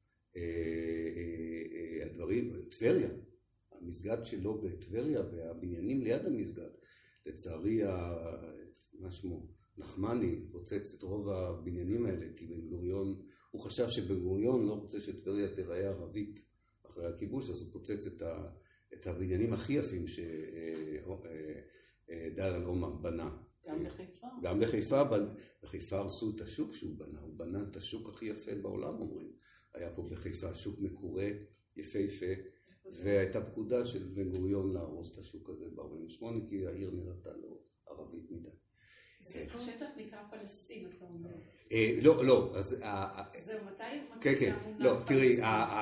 הדברים, טבריה, המסגד שלו בטבריה והבניינים ליד המסגד, לצערי, מה שמו, נחמני פוצץ את רוב הבניינים האלה, כי בן גוריון, הוא חשב שבן גוריון לא רוצה שטבריה תיראה ערבית אחרי הכיבוש, אז הוא פוצץ את, ה, את הבניינים הכי יפים שדאר אל עומר בנה. גם בחיפה? גם בחיפה, בחיפה הרסו את השוק שהוא בנה, הוא בנה את השוק הכי יפה בעולם, אומרים. היה פה בחיפה שוק מקורה, יפהפה, והייתה פקודה של בן גוריון להרוס את השוק הזה ב-ארבעים ושמונה, כי העיר נראתה לו ערבית מדי. זה שטח נקרא פלסטין, אתה אומר. לא, לא, אז... זהו, מתי? כן, כן, לא, תראי,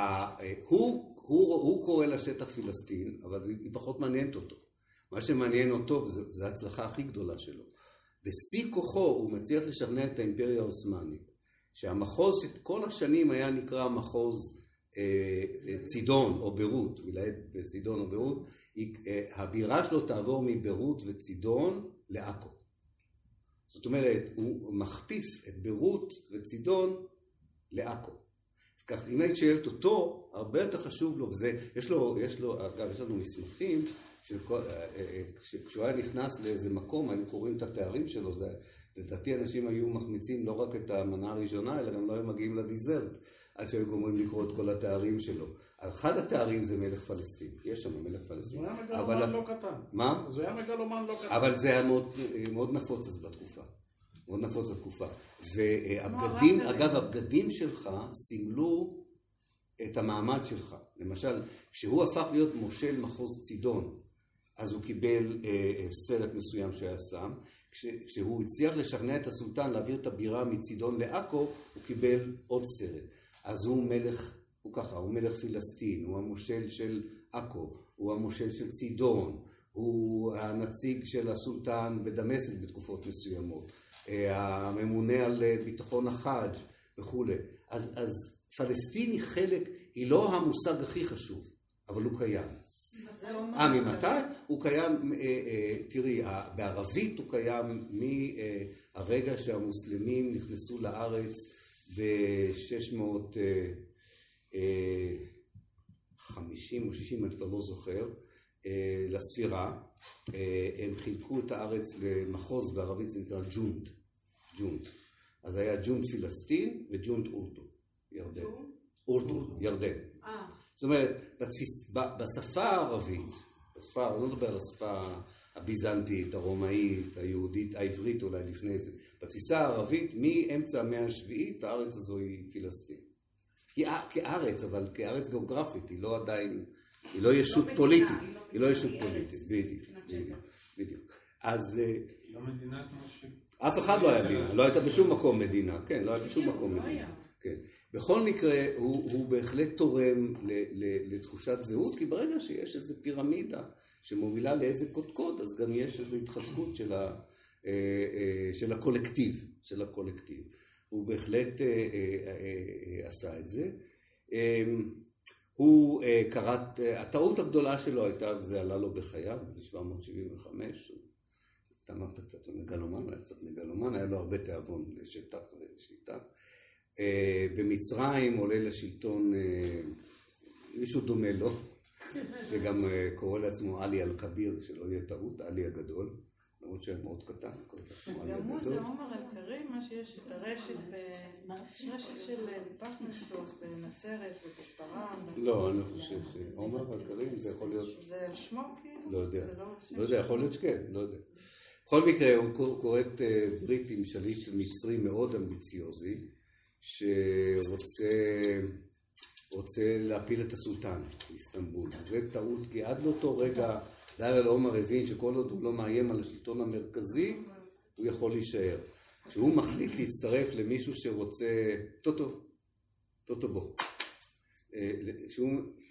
הוא קורא לשטח פלסטין, אבל היא פחות מעניינת אותו. מה שמעניין אותו, זו ההצלחה הכי גדולה שלו. בשיא כוחו הוא מצליח לשכנע את האימפריה העות'מאנית, שהמחוז כל השנים היה נקרא מחוז צידון או ביירות, מילאת בצידון או ביירות, הבירה שלו תעבור מביירות וצידון לעכו. זאת אומרת, הוא מכפיף את ביירות וצידון לעכו. אז כך, אם היית שואלת אותו, הרבה יותר חשוב לו, וזה, יש לו, יש לו, אגב, יש לנו מסמכים, כשהוא היה נכנס לאיזה מקום, היינו קוראים את התארים שלו, זה, לדעתי אנשים היו מחמיצים לא רק את המנה הראשונה, אלא גם לא היו מגיעים לדיזרט, עד שהיו גומרים לקרוא את כל התארים שלו. אחד התארים זה מלך פלסטין, יש שם מלך פלסטין. אז הוא היה מגלומן לא קטן. מה? אז הוא היה מגלומן לא קטן. אבל זה היה מאוד, מאוד נפוץ אז בתקופה. מאוד נפוץ בתקופה. והבגדים, אגב, הבגדים שלך סימלו את המעמד שלך. למשל, כשהוא הפך להיות מושל מחוז צידון, אז הוא קיבל אה, סרט מסוים שהיה שם. כש, כשהוא הצליח לשכנע את הסולטן להעביר את הבירה מצידון לעכו, הוא קיבל עוד סרט. אז הוא מלך, הוא ככה, הוא מלך פלסטין, הוא המושל של עכו, הוא המושל של צידון, הוא הנציג של הסולטן בדמשק בתקופות מסוימות, הממונה על ביטחון החאג' וכו'. אז, אז פלסטין היא חלק, היא לא המושג הכי חשוב, אבל הוא קיים. אה, ממתי? הוא קיים, תראי, בערבית הוא קיים מהרגע שהמוסלמים נכנסו לארץ ב-שש מאות וחמישים או שישים, אני כבר לא זוכר, לספירה. הם חילקו את הארץ למחוז, בערבית זה נקרא ג'ונט. ג'ונט. אז היה ג'ונט פלסטין וג'ונט אורדו, ירדן. אורדו, ירדן. זאת אומרת, בתפיס, בשפה הערבית, בשפה, אני לא מדבר על השפה הביזנטית, הרומאית, היהודית, העברית אולי לפני זה, בתפיסה הערבית, מאמצע המאה השביעית, הארץ הזו היא פלסטין. היא כארץ, אבל כארץ גיאוגרפית, היא לא עדיין, היא לא ישות פוליטית. היא לא ישות פוליטית, בדיוק, בדיוק. אז... לא מדינה כמו ש... אף אחד לא היה מדינה, לא הייתה בשום מקום מדינה, כן, לא היה בשום מקום מדינה. כן. בכל מקרה, הוא, הוא בהחלט תורם ל, ל, לתחושת זהות, כי ברגע שיש איזו פירמידה שמובילה לאיזה קודקוד, אז גם יש איזו התחזקות של, ה, של הקולקטיב, של הקולקטיב. הוא בהחלט עשה את זה. הוא קראת, הטעות הגדולה שלו הייתה, וזה עלה לו בחייו, ב-שבע מאות שבעים וחמש, אתה אמרת קצת מגלומן, היה קצת מגלומן, היה לו הרבה תיאבון לשטח ולשליטה. במצרים עולה לשלטון מישהו דומה לו, שגם קורא לעצמו עלי אל-כביר, שלא יהיה טעות, עלי הגדול, למרות שהיה מאוד קטן, קורא לעצמו עלי הגדול. גם הוא זה עומר אל-כרים, מה שיש את הרשת, יש רשת של דיפרטמנט סטורס בנצרת ובשפרעם. לא, אני חושב שעומר אל-כרים זה יכול להיות... זה על שמו כאילו? לא יודע, לא יודע, יכול להיות שכן, לא יודע. בכל מקרה, הוא קורא את ברית עם שליט מצרי מאוד אמביציוזי, שרוצה רוצה להפיל את הסולטן באיסטנבול. זה טעות, כי עד לאותו רגע דאר אל-עומר הבין שכל עוד הוא לא מאיים על השלטון המרכזי, הוא יכול להישאר. כשהוא מחליט להצטרף למישהו שרוצה, טוטו, טוטו בו. שהוא,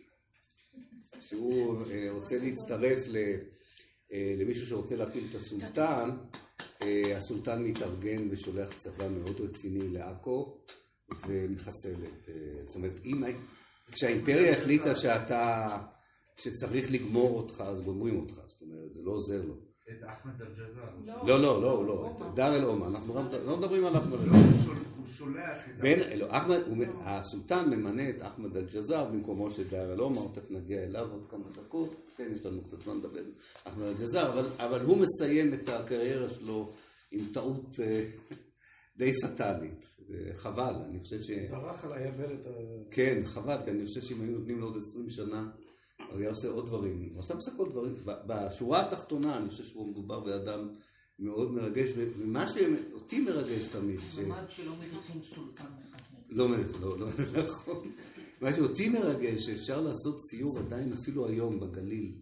שהוא רוצה להצטרף למישהו שרוצה להפיל את הסולטן, הסולטן מתארגן ושולח צבא מאוד רציני לעכו ומחסל את... זאת אומרת, אם... כשהאימפריה החליטה שאתה... שצריך לגמור אותך, אז גומרים אותך. זאת אומרת, זה לא עוזר לו. את אחמד אל-ג'זאר. לא, לא, לא, לא. את דאר אל-עומר. אנחנו לא מדברים על אחמד אל-ג'זאר. הוא שולח את... הסולטן ממנה את אחמד אל-ג'זאר במקומו של דאר אל-עומר. תכף נגיע אליו עוד כמה דקות. כן, יש לנו קצת זמן לדבר. אחמד אל-ג'זאר, אבל הוא מסיים את הקריירה שלו עם טעות די פטאלית. חבל, אני חושב ש... ברח על היבלת... כן, חבל, כי אני חושב שאם היו נותנים לו עוד עשרים שנה, הוא היה עושה עוד דברים. הוא עושה בסך הכל דברים. בשורה התחתונה, אני חושב שהוא מדובר באדם מאוד מרגש, ומה שאותי מרגש תמיד... למד שלא מלכים סולטן. לא, לא, לא, נכון. מה שאותי מרגש, שאפשר לעשות ציור עדיין אפילו היום בגליל,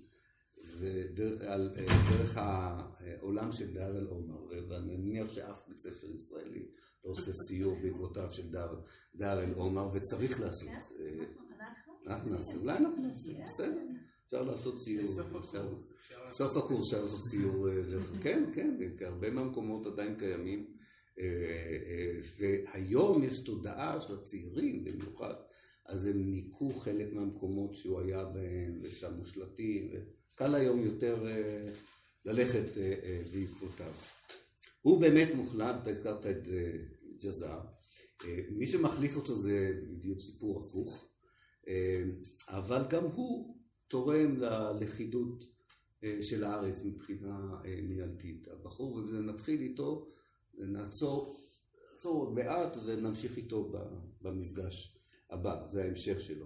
דרך העולם של דאר אל-עומר, ואני מניח שאף בית ספר ישראלי לא עושה סיור בעקבותיו של דאר אל-עומר, וצריך לעשות. אנחנו נעשה, אולי אנחנו נעשה, בסדר. אפשר לעשות ציור. סוף הקורס אפשר לעשות ציור. כן, כן, כי הרבה מהמקומות עדיין קיימים. והיום יש תודעה של הצעירים במיוחד, אז הם ניקו חלק מהמקומות שהוא היה בהם, ושם מושלטים, קל היום יותר ללכת בעקבותיו. הוא באמת מוחלט, אתה הזכרת את ג'זאר, מי שמחליף אותו זה בדיוק סיפור הפוך, אבל גם הוא תורם ללכידות של הארץ מבחינה מנהלתית. הבחור, ונתחיל איתו, נעצור, נעצור עוד מעט ונמשיך איתו במפגש הבא, זה ההמשך שלו.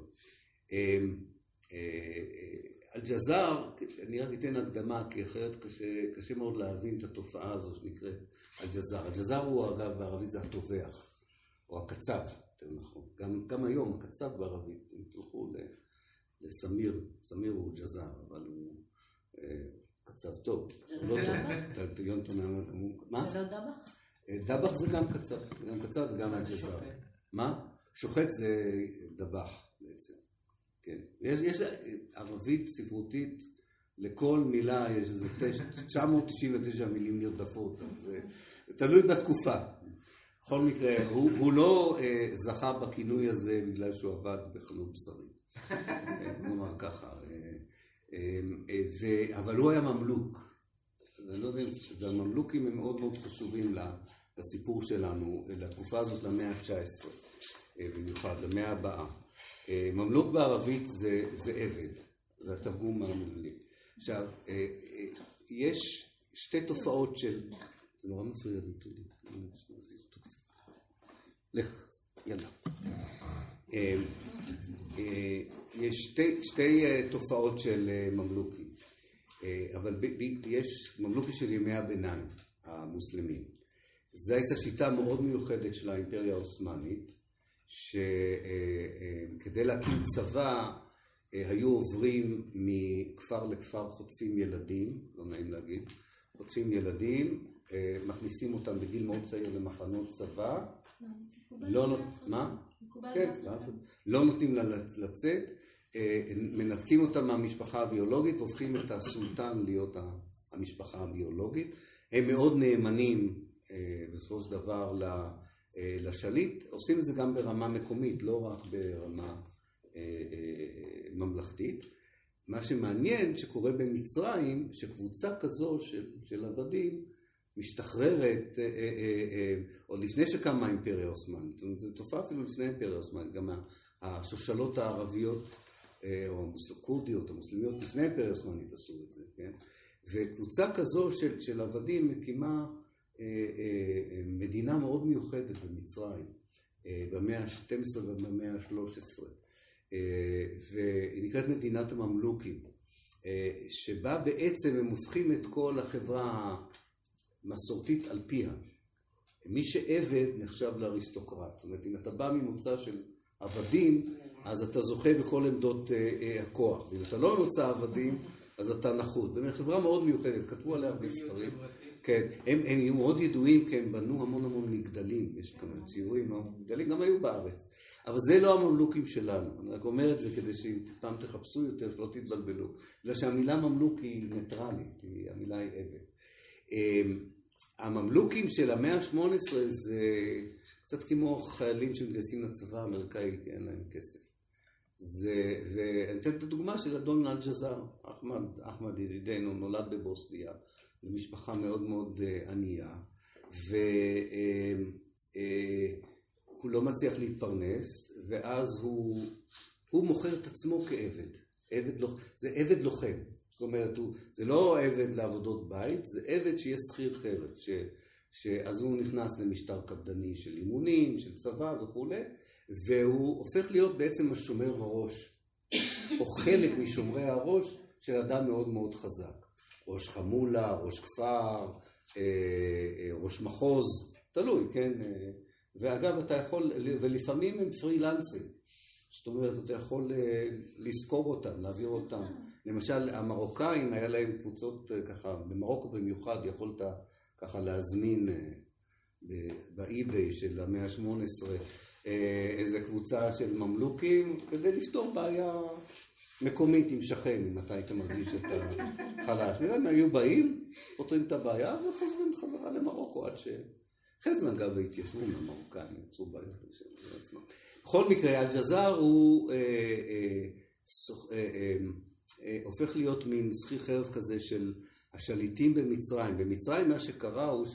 אל-ג'זאר, אני רק אתן הקדמה, כי אחרת קשה, קשה מאוד להבין את התופעה הזו שנקראת אל-ג'זאר. אל-ג'זאר הוא, אגב, בערבית זה התובח, או הקצב, יותר נכון. גם, גם היום הקצב בערבית, אם תלכו לסמיר, סמיר הוא ג'זאר, אבל הוא אה, קצב טוב. זה לא דבח? מה? זה לא דבח? דבח זה גם קצב, גם קצב וגם אל-ג'זאר. מה? שוחט זה דבח בעצם. כן. יש, יש ערבית ספרותית, לכל מילה יש איזה תשע מאות תשעים ותשע מילים נרדפות, אז זה תלוי בתקופה. בכל מקרה, הוא, הוא לא אה, זכה בכינוי הזה בגלל שהוא עבד בחנות בשרים. נאמר ככה. אה, אה, ו, אבל הוא היה ממלוק. אני לא יודע, והממלוקים הם מאוד מאוד חשובים לסיפור שלנו, לתקופה הזאת, למאה ה-תשע עשרה, במיוחד, למאה הבאה. ממלוק בערבית זה, זה עבד, זה התרגום המילולי. עכשיו, יש שתי תופעות של... זה נורא מפריע לי, תודי. לך, יאללה. יש שתי, שתי תופעות של ממלוקים, אבל יש ממלוקים של ימי הביניים, המוסלמים. זו הייתה שיטה מאוד מיוחדת של האימפריה העות'מאנית, שכדי להקים צבא היו עוברים מכפר לכפר, חוטפים ילדים, לא נעים להגיד, חוטפים ילדים, מכניסים אותם בגיל מאוד צעיר למחנות צבא, לא נותנים, מה? כן, לא נותנים לצאת, מנתקים אותם מהמשפחה הביולוגית והופכים את הסולטן להיות המשפחה הביולוגית. הם מאוד נאמנים בסופו של דבר לשליט, עושים את זה גם ברמה מקומית, לא רק ברמה ממלכתית. מה שמעניין שקורה במצרים, שקבוצה כזו של, של עבדים משתחררת, עוד לפני שקמה האימפריה העות'מאנית, זאת אומרת, זו תופעה אפילו לפני האימפריה העות'מאנית, גם השושלות הערביות, או הכורדיות, המוסלמיות, לפני האימפריה העות'מאנית עשו את זה, כן? וקבוצה כזו של, של עבדים מקימה מדינה מאוד מיוחדת במצרים, במאה ה-שתים עשרה ובמאה ה-שלוש עשרה, והיא נקראת מדינת הממלוקים, שבה בעצם הם הופכים את כל החברה המסורתית על פיה. מי שעבד נחשב לאריסטוקרט, זאת אומרת, אם אתה בא ממוצא של עבדים, אז אתה זוכה בכל עמדות הכוח. ואם אתה לא מוצא עבדים, אז אתה נחות. באמת חברה מאוד מיוחדת, כתבו עליה הרבה ספרים. כן, הם היו מאוד ידועים, כי הם בנו המון המון מגדלים, יש כמה ציורים, מגדלים גם היו בארץ. אבל זה לא הממלוכים שלנו. אני רק אומר את זה כדי שפעם תחפשו יותר, שלא תתבלבלו. בגלל שהמילה ממלוק היא ניטרלית, המילה היא עבד. הממלוקים של המאה ה-שמונה עשרה זה קצת כמו חיילים שמתגייסים לצבא האמריקאי, כי אין להם כסף. זה, ואני אתן את הדוגמה של אדון אל-ג'זאר, אחמד, אחמד ידידנו, נולד בבוסניה, למשפחה מאוד מאוד ענייה, והוא לא מצליח להתפרנס, ואז הוא, הוא מוכר את עצמו כעבד. עבד לוח, זה עבד לוחם. זאת אומרת, הוא, זה לא עבד לעבודות בית, זה עבד שיהיה שכיר חרב, ש, שאז הוא נכנס למשטר קפדני של אימונים, של צבא וכו', והוא הופך להיות בעצם השומר הראש, או חלק משומרי הראש של אדם מאוד מאוד חזק. ראש חמולה, ראש כפר, ראש מחוז, תלוי, כן? ואגב, אתה יכול, ולפעמים הם פרילנסים. זאת אומרת, אתה יכול לזכור אותם, להעביר אותם. למשל, המרוקאים, היה להם קבוצות ככה, במרוקו במיוחד, יכולת ככה להזמין באי-ביי של המאה ה-שמונה עשרה איזו קבוצה של ממלוכים, כדי לפתור בעיה מקומית עם שכן, אם אתה היית מרגיש את החלש. הם היו באים, פותרים את הבעיה, וחוזרים חזרה למרוקו, עד ש... חלק מהגב התיישבו מהמרוקאים, יצרו בעיות של עצמם. בכל מקרה, אל-ג'זאר הוא אה, אה, סוח, אה, אה, אה, הופך להיות מין שכיר חרב כזה של השליטים במצרים. במצרים מה שקרה הוא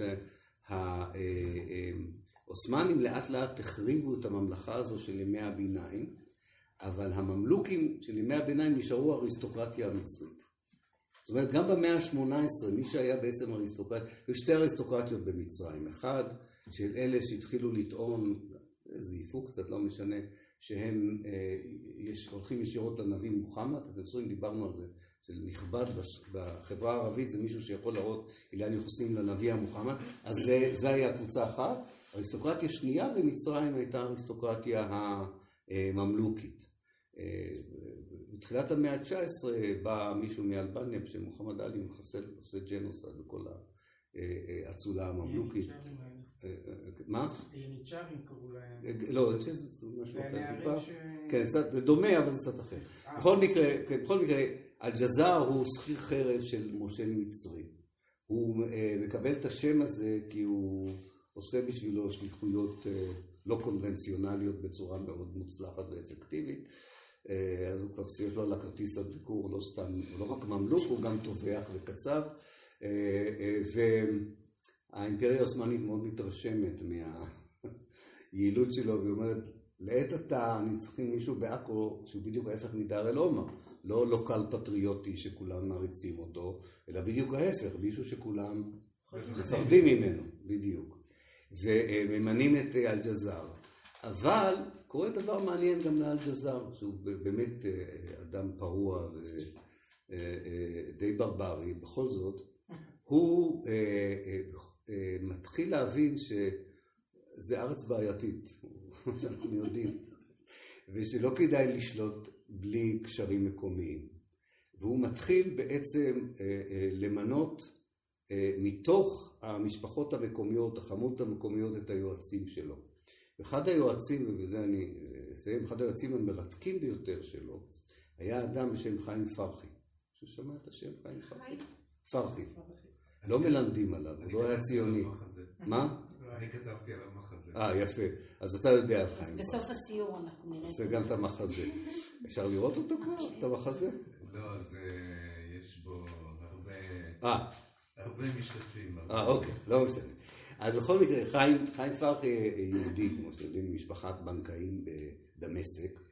שהאוסמנים לאט לאט החריבו את הממלכה הזו של ימי הביניים, אבל הממלוכים של ימי הביניים נשארו אריסטוקרטיה המצרית. זאת אומרת, גם במאה ה-שמונה עשרה, מי שהיה בעצם אריסטוקרט, היו שתי אריסטוקרטיות במצרים. אחד, של אלה שהתחילו לטעון, זייפו קצת, לא משנה, שהם אה, יש, הולכים ישירות לנביא מוחמד. אתם זוכרים, דיברנו על זה, של נכבד בש, בחברה הערבית, זה מישהו שיכול להראות אילן יחוסין לנביא המוחמד. אז זה, זה היה קבוצה אחת. אריסטוקרטיה שנייה במצרים הייתה אריסטוקרטיה הממלוכית. בתחילת המאה ה-תשע עשרה בא מישהו מאלבניה בשם מוחמד עלי, מחסל, עושה ג'נוסייד בכל האצולה הממלוכית. מה? יניצ'רים קראו להם. לא, אני חושב שזה משהו אחר טיפה. כן, זה דומה, אבל זה קצת אחר. בכל מקרה, בכל מקרה, אל-ג'זאר הוא שכיר חרב של מושל מצרי. הוא מקבל את השם הזה כי הוא עושה בשבילו שליחויות לא קונבנציונליות בצורה מאוד מוצלחת ואפקטיבית. אז הוא כבר יש לו על הכרטיס הביקור, לא סתם, הוא לא רק ממלוך, הוא גם תובח וקצב. והאימפריה העות'מאנית מאוד מתרשמת מהיעילות שלו, והיא אומרת, לעת עתה אני צריכים מישהו בעכו שהוא בדיוק ההפך מדאר אל עומר, לא לוקל פטריוטי שכולם מעריצים אותו, אלא בדיוק ההפך, מישהו שכולם מפחדים ממנו, בדיוק. וממנים את אל-ג'זאר. אבל קורה דבר מעניין גם לאל-ג'זאר, שהוא באמת אדם פרוע ודי ברברי, בכל זאת, הוא מתחיל להבין שזה ארץ בעייתית, שאנחנו יודעים, ושלא כדאי לשלוט בלי קשרים מקומיים. והוא מתחיל בעצם למנות מתוך המשפחות המקומיות, החמות המקומיות, את היועצים שלו. אחד היועצים, ובזה אני אסיים, אחד היועצים המרתקים ביותר שלו, היה אדם בשם חיים פרחי. ששמע את השם חיים פרחי? פרחי. לא מלמדים עליו, הוא לא היה ציוני. מה? אני כתבתי על המחזה. אה, יפה. אז אתה יודע על חיים פרחי. בסוף הסיור אנחנו נראה. זה גם את המחזה. אפשר לראות אותו כבר, את המחזה? לא, זה... יש בו הרבה... אה. הרבה משתתפים. אה, אוקיי, לא משנה. אז בכל מקרה, חיים, חיים פרחי יהודי, כמו שאתם יודעים, משפחת בנקאים בדמשק,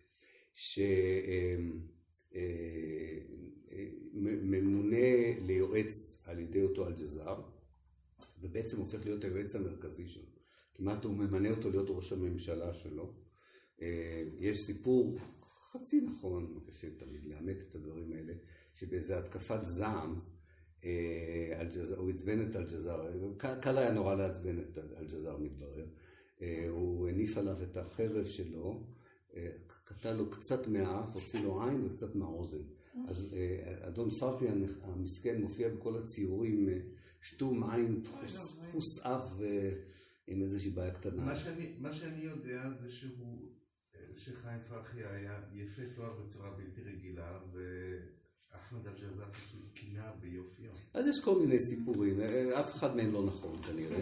שממונה ליועץ על ידי אותו אל-ג'זאר, ובעצם הופך להיות היועץ המרכזי שלו. כמעט הוא ממנה אותו להיות ראש הממשלה שלו. יש סיפור חצי נכון, קשה תמיד לאמת את הדברים האלה, שבאיזו התקפת זעם, הוא עצבן את אל-ג'זאר, קל היה נורא לעצבן את אל-ג'זאר מתברר, הוא הניף עליו את החרב שלו קטע לו קצת מהאף, הוציא לו עין וקצת מהאוזן. אז אדון פרחי המסכן מופיע בכל הציורים, שטום עין, דפוס אף ועם איזושהי בעיה קטנה. מה שאני, מה שאני יודע זה שהוא, שחיים פרחי היה יפה תואר בצורה בלתי רגילה, ואחמד אל-ג'זאר פשוט קינה ביופיו. אז יש כל מיני סיפורים, אף אחד מהם לא נכון כנראה.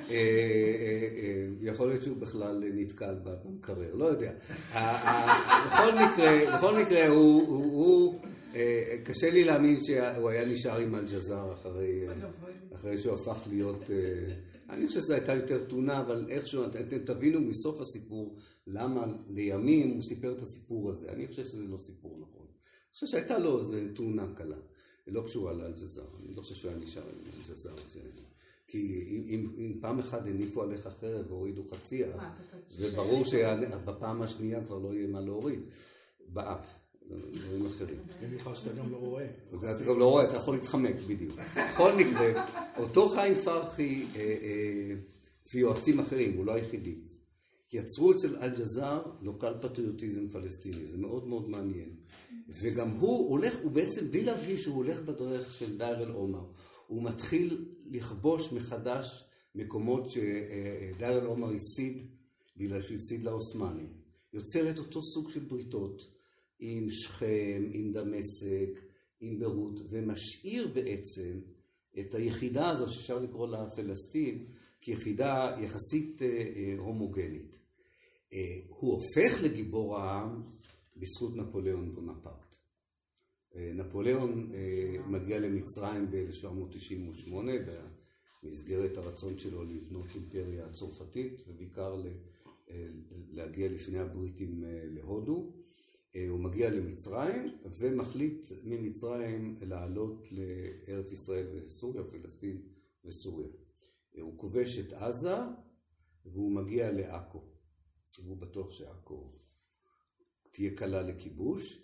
יכול להיות שהוא בכלל נתקל במקרר, לא יודע. בכל מקרה, בכל מקרה הוא... קשה לי להאמין שהוא היה נשאר עם אל-ג'זאר אחרי, אחרי שהוא הפך להיות... אני חושב שזו הייתה יותר תאונה, אבל איכשהו אתם תבינו מסוף הסיפור למה לימים הוא סיפר את הסיפור הזה. אני חושב שזה לא סיפור נכון. אני חושב שהייתה לו איזו תאונה קלה, לא קשורה לאל-ג'זאר. אני לא חושב שהוא היה נשאר עם אל-ג'זאר. כי אם, אם פעם אחת הניפו עליך חרב והורידו חציה, וברור שבפעם השנייה כבר לא יהיה מה להוריד. באף. דברים אחרים. במיוחד שאתה גם לא רואה. אתה גם לא רואה, אתה יכול להתחמק בדיוק. בכל מקרה, אותו חיים פרחי ויועצים אחרים, הוא לא היחידי, יצרו אצל אל-ג'זאר לוקל פטריוטיזם פלסטיני. זה מאוד מאוד מעניין. וגם הוא הולך, הוא בעצם בלי להרגיש שהוא הולך בדרך של דייר אל עומר. הוא מתחיל לכבוש מחדש מקומות שדייר אל עומר הפסיד, בגלל שהוא הפסיד לאוסמנים. יוצר את אותו סוג של בריתות. עם שכם, עם דמשק, עם ביירות, ומשאיר בעצם את היחידה הזו שאפשר לקרוא לה פלסטין כיחידה יחסית הומוגנית. הוא הופך לגיבור העם בזכות נפוליאון בונפרט. נפוליאון מגיע למצרים ב-אלף שבע מאות תשעים ושמונה במסגרת הרצון שלו לבנות אימפריה צרפתית, ובעיקר להגיע לפני הבריטים להודו. הוא מגיע למצרים ומחליט ממצרים לעלות לארץ ישראל וסוריה, פלסטין וסוריה. הוא כובש את עזה והוא מגיע לעכו. והוא בטוח שעכו תהיה קלה לכיבוש.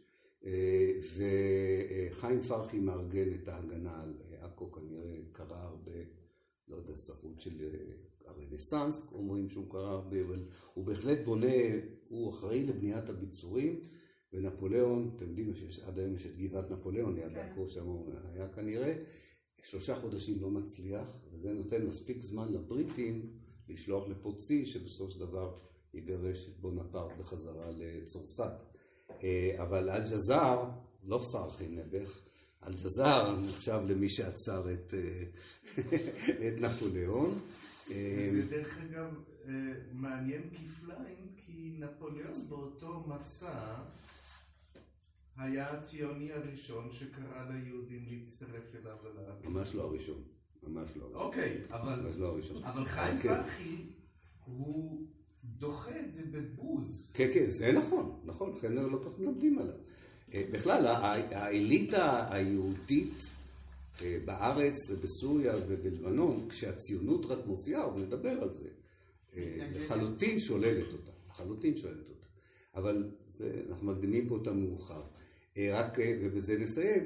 וחיים פרחי מארגן את ההגנה על עכו, כנראה קרא הרבה, לא יודע, ספרות של הרנסנס, אומרים שהוא קרא הרבה, אבל הוא בהחלט בונה, הוא אחראי לבניית הביצורים. ונפוליאון, אתם יודעים שעד היום יש את גבעת נפוליאון, ליד עכו, שם היה כנראה, שלושה חודשים לא מצליח, וזה נותן מספיק זמן לבריטים לשלוח לפה צי, שבסוף של דבר יגרש את בונפרט בחזרה לצרפת. אבל אל-ג'זאר, לא פרחי נבך, אל-ג'זאר נחשב למי שעצר את, את נפוליאון. זה דרך אגב מעניין כפליים, כי נפוליאון באותו מסע היה הציוני הראשון שקרא ליהודים להצטרף אליו ולהביא. ממש לא הראשון, ממש לא הראשון. אוקיי, אבל, ממש לא הראשון. אבל חיים פרחי הוא דוחה את זה בבוז. כן, כן, זה נכון, נכון, לכן לא כל כך מלמדים עליו. בכלל, האליטה היהודית בארץ ובסוריה ובלבנון, כשהציונות רק מופיעה, ונדבר על זה, לחלוטין שוללת אותה, לחלוטין שוללת אותה. אבל זה, אנחנו מקדימים פה אותה מאוחר. רק, ובזה נסיים,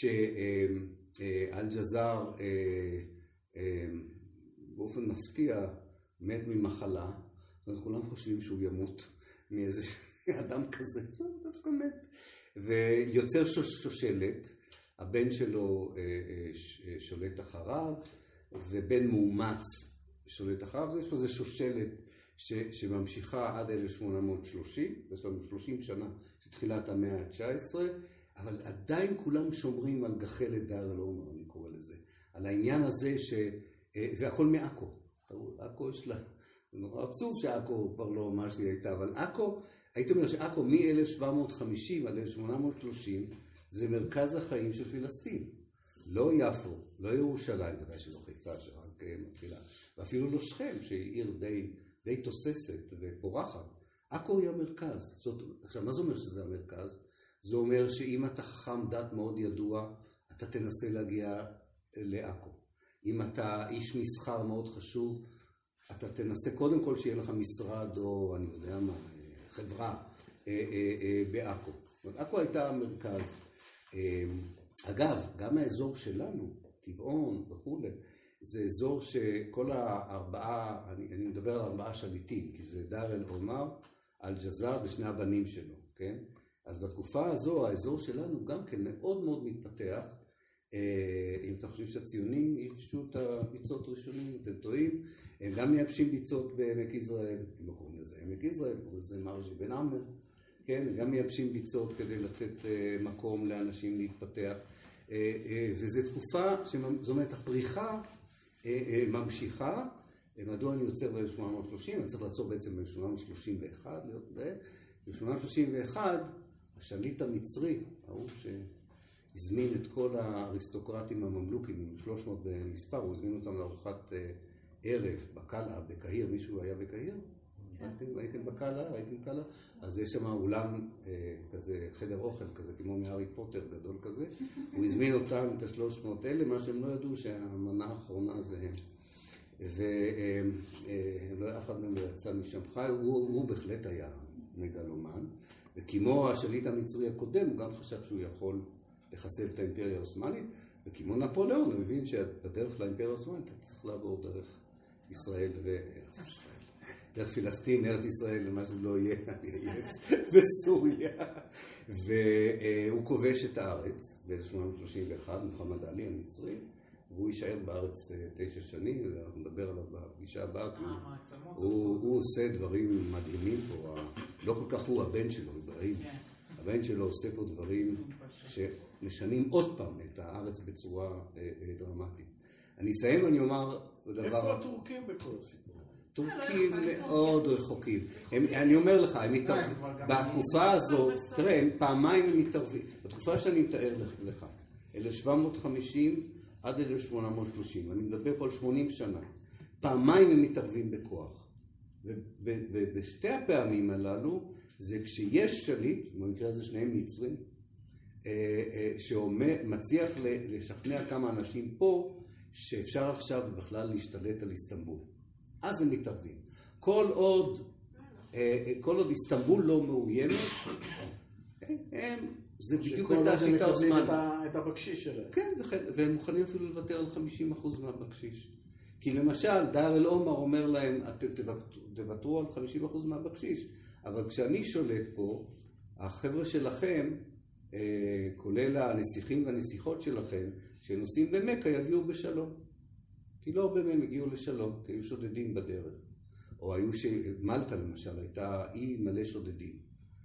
שאל-ג'זאר באופן מפתיע מת ממחלה, אז כולם חושבים שהוא ימות מאיזה אדם כזה, הוא דווקא מת, ויוצר שושלת, הבן שלו שולט אחריו, ובן מאומץ שולט אחריו, יש פה איזה שושלת שממשיכה עד אלף שמונה מאות שלושים, יש לנו שלושים שנה שתחילת המאה ה-תשע עשרה, אבל עדיין כולם שומרים על גחלת דייר אל עומר, אני קורא לזה, על העניין הזה ש... והכל מעכו, עכו יש לה, זה נורא עצוב שעכו כבר לא מה שהיא הייתה, אבל עכו, הייתי אומר שעכו מ-אלף שבע מאות חמישים עד אלף שמונה מאות שלושים, זה מרכז החיים של פלסטין. לא יפו, לא ירושלים, ודאי שלא חיפה שרק מתחילה, ואפילו לא שכם, שהיא עיר די, די תוססת ופורחת. עכו היא המרכז. זאת, עכשיו, מה זה אומר שזה המרכז? זה אומר שאם אתה חכם דת מאוד ידוע, אתה תנסה להגיע לעכו. אם אתה איש מסחר מאוד חשוב, אתה תנסה קודם כל שיהיה לך משרד או, אני יודע מה, חברה בעכו. עכו הייתה המרכז. אגב, גם האזור שלנו, טבעון וכו', זה אזור שכל הארבעה, אני, אני מדבר על ארבעה שליטים, כי זה דייר אל עומר, אל-ג'זאר ושני הבנים שלו, כן? אז בתקופה הזו האזור שלנו גם כן מאוד מאוד מתפתח. אם אתה חושב שהציונים ייבשו את הביצות ראשונים, אתם טועים, הם גם מייבשים ביצות בעמק יזרעאל, הם לא קוראים לזה עמק יזרעאל, קוראים לזה מרג' בן עמר, כן? הם גם מייבשים ביצות כדי לתת מקום לאנשים להתפתח, וזו תקופה, זאת אומרת, הפריחה ממשיכה. מדוע אני יוצר ב-אלף שמונה מאות ושלושים? אני צריך לעצור בעצם ב-אלף שמונה מאות שלושים ואחת, ב-אלף שמונה מאות שלושים ואחת השליט המצרי, ההוא שהזמין את כל האריסטוקרטים הממלוכים, שלוש מאות במספר, הוא הזמין אותם לארוחת ערב בקלעה, בקהיר. מישהו היה בקהיר? הייתם, הייתם בקלעה? הייתם בקלעה? אז יש שם אולם כזה, חדר אוכל כזה, כמו מהארי פוטר גדול כזה. הוא הזמין אותם, את השלוש מאות אלה, מה שהם לא ידעו שהמנה האחרונה זה הם. ואף אחד מהם לא יצא משם חי, הוא, הוא בהחלט היה מגלומן, וכמו השליט המצרי הקודם, הוא גם חשב שהוא יכול לחסל את האימפריה העות'מאנית, וכמו נפוליאון, הוא הבין שבדרך לאימפריה העות'מאנית אתה צריך לעבור דרך ישראל וארץ ישראל. דרך פלסטין, ארץ ישראל, למה שזה לא יהיה, בסוריה. והוא כובש את הארץ ב-אלף שמונה מאות שלושים ואחת, מוחמד עלי המצרי, והוא יישאר בארץ תשע שנים, ואנחנו נדבר עליו בפגישה הבאה, כי הוא, הוא עושה דברים מדהימים פה, לא כל כך הוא הבן שלו, אברהים. הבן שלו עושה פה דברים שמשנים עוד פעם את הארץ בצורה דרמטית. אני אסיים ואני אומר דבר... איפה הטורקים בכל הסיפור? טורקים מאוד רחוקים. אני אומר לך, הם מתערבים. בתקופה הזו, תראה, הם פעמיים הם מתערבים. בתקופה שאני מתאר לך, אלף שבע מאות וחמישים עד אלף שמונה מאות ושלושים, אני מדבר פה על שמונים שנה. פעמיים הם מתערבים בכוח. ובשתי הפעמים הללו, זה כשיש שליט, במקרה הזה שניהם מצרים, שמצליח לשכנע כמה אנשים פה, שאפשר עכשיו בכלל להשתלט על איסטנבול. אז הם מתערבים. כל עוד, כל עוד איסטנבול לא מאוימת, הם, זה בדיוק הייתה השיטה העות'מאנית. את הבקשיש שלהם. כן, והם מוכנים אפילו לוותר על חמישים אחוז מהבקשיש. כי למשל, דאר אל עומר אומר להם, אתם תוותרו על חמישים אחוז מהבקשיש, אבל כשאני שולט פה, החבר'ה שלכם, כולל הנסיכים והנסיכות שלכם, שנוסעים במכה, יגיעו בשלום. כי לא הרבה מהם הגיעו לשלום, כי היו שודדים בדרך. או היו שמלטה למשל, הייתה אי מלא שודדים.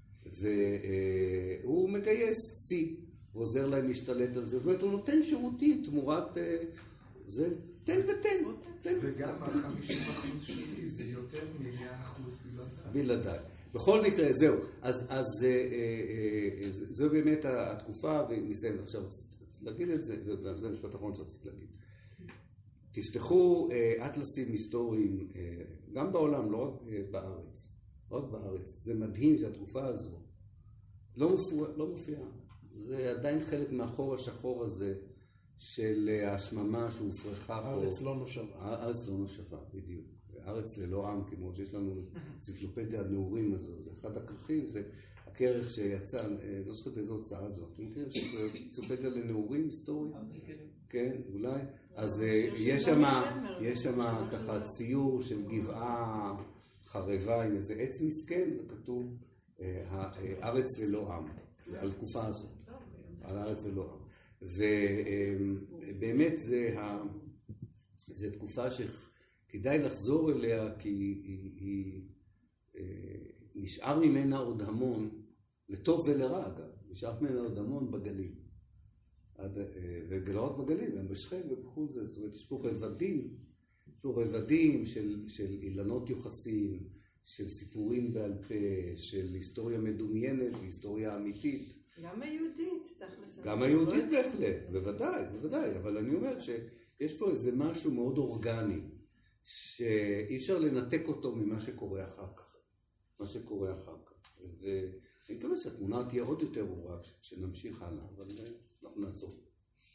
והוא מגייס צי, ועוזר להם להשתלט על זה. זאת אומרת, הוא נותן שירותים תמורת... זה תן ותן. וגם ה-חמישים אחוז שלי זה יותר מ-מאה אחוז בלעדיי. בלעדיי. בכל מקרה, זהו. אז, אז זו באמת התקופה, ומסתיים עכשיו להגיד את זה, וזה המשפט האחרון שרציתי להגיד. תפתחו אטלסים היסטוריים, גם בעולם, לא רק בארץ. לא רק בארץ. זה מדהים שהתקופה הזו לא מופיעה. לא מופיע. זה עדיין חלק מהחור השחור הזה של השממה שהופרחה פה. הארץ לא נושבה. הארץ לא נושבה, בדיוק. הארץ ללא עם, כמו שיש לנו אנציקלופדיה הנעורים הזו. זה אחד הכרכים, זה הכרך שיצא, לא זוכר באיזו הוצאה הזאת. אתם מכירים שזה אנציקלופדיה לנעורים היסטוריים? כן, אולי. אז יש שם, יש שם ככה ציור של גבעה חרבה עם איזה עץ מסכן, וכתוב הארץ ללא עם. זה על תקופה הזאת. על הארץ ללא עם. ובאמת זה, זה תקופה שכדאי לחזור אליה, כי היא, היא, נשאר ממנה עוד המון, לטוב ולרע אגב, נשאר ממנה עוד המון בגליל. ולא רק בגליל, גם בשכם ובכל זה, זאת אומרת, יש פה רבדים, יש פה רבדים של, של אילנות יוחסין, של סיפורים בעל פה, של היסטוריה מדומיינת והיסטוריה אמיתית. גם היהודית, תכלס. גם היהודית בהחלט, בוודאי, בוודאי, אבל אני אומר שיש פה איזה משהו מאוד אורגני, שאי אפשר לנתק אותו ממה שקורה אחר כך, מה שקורה אחר כך. ואני מקווה שהתמונה תהיה עוד יותר ברורה כשנמשיך הלאה, אבל אנחנו נעצור.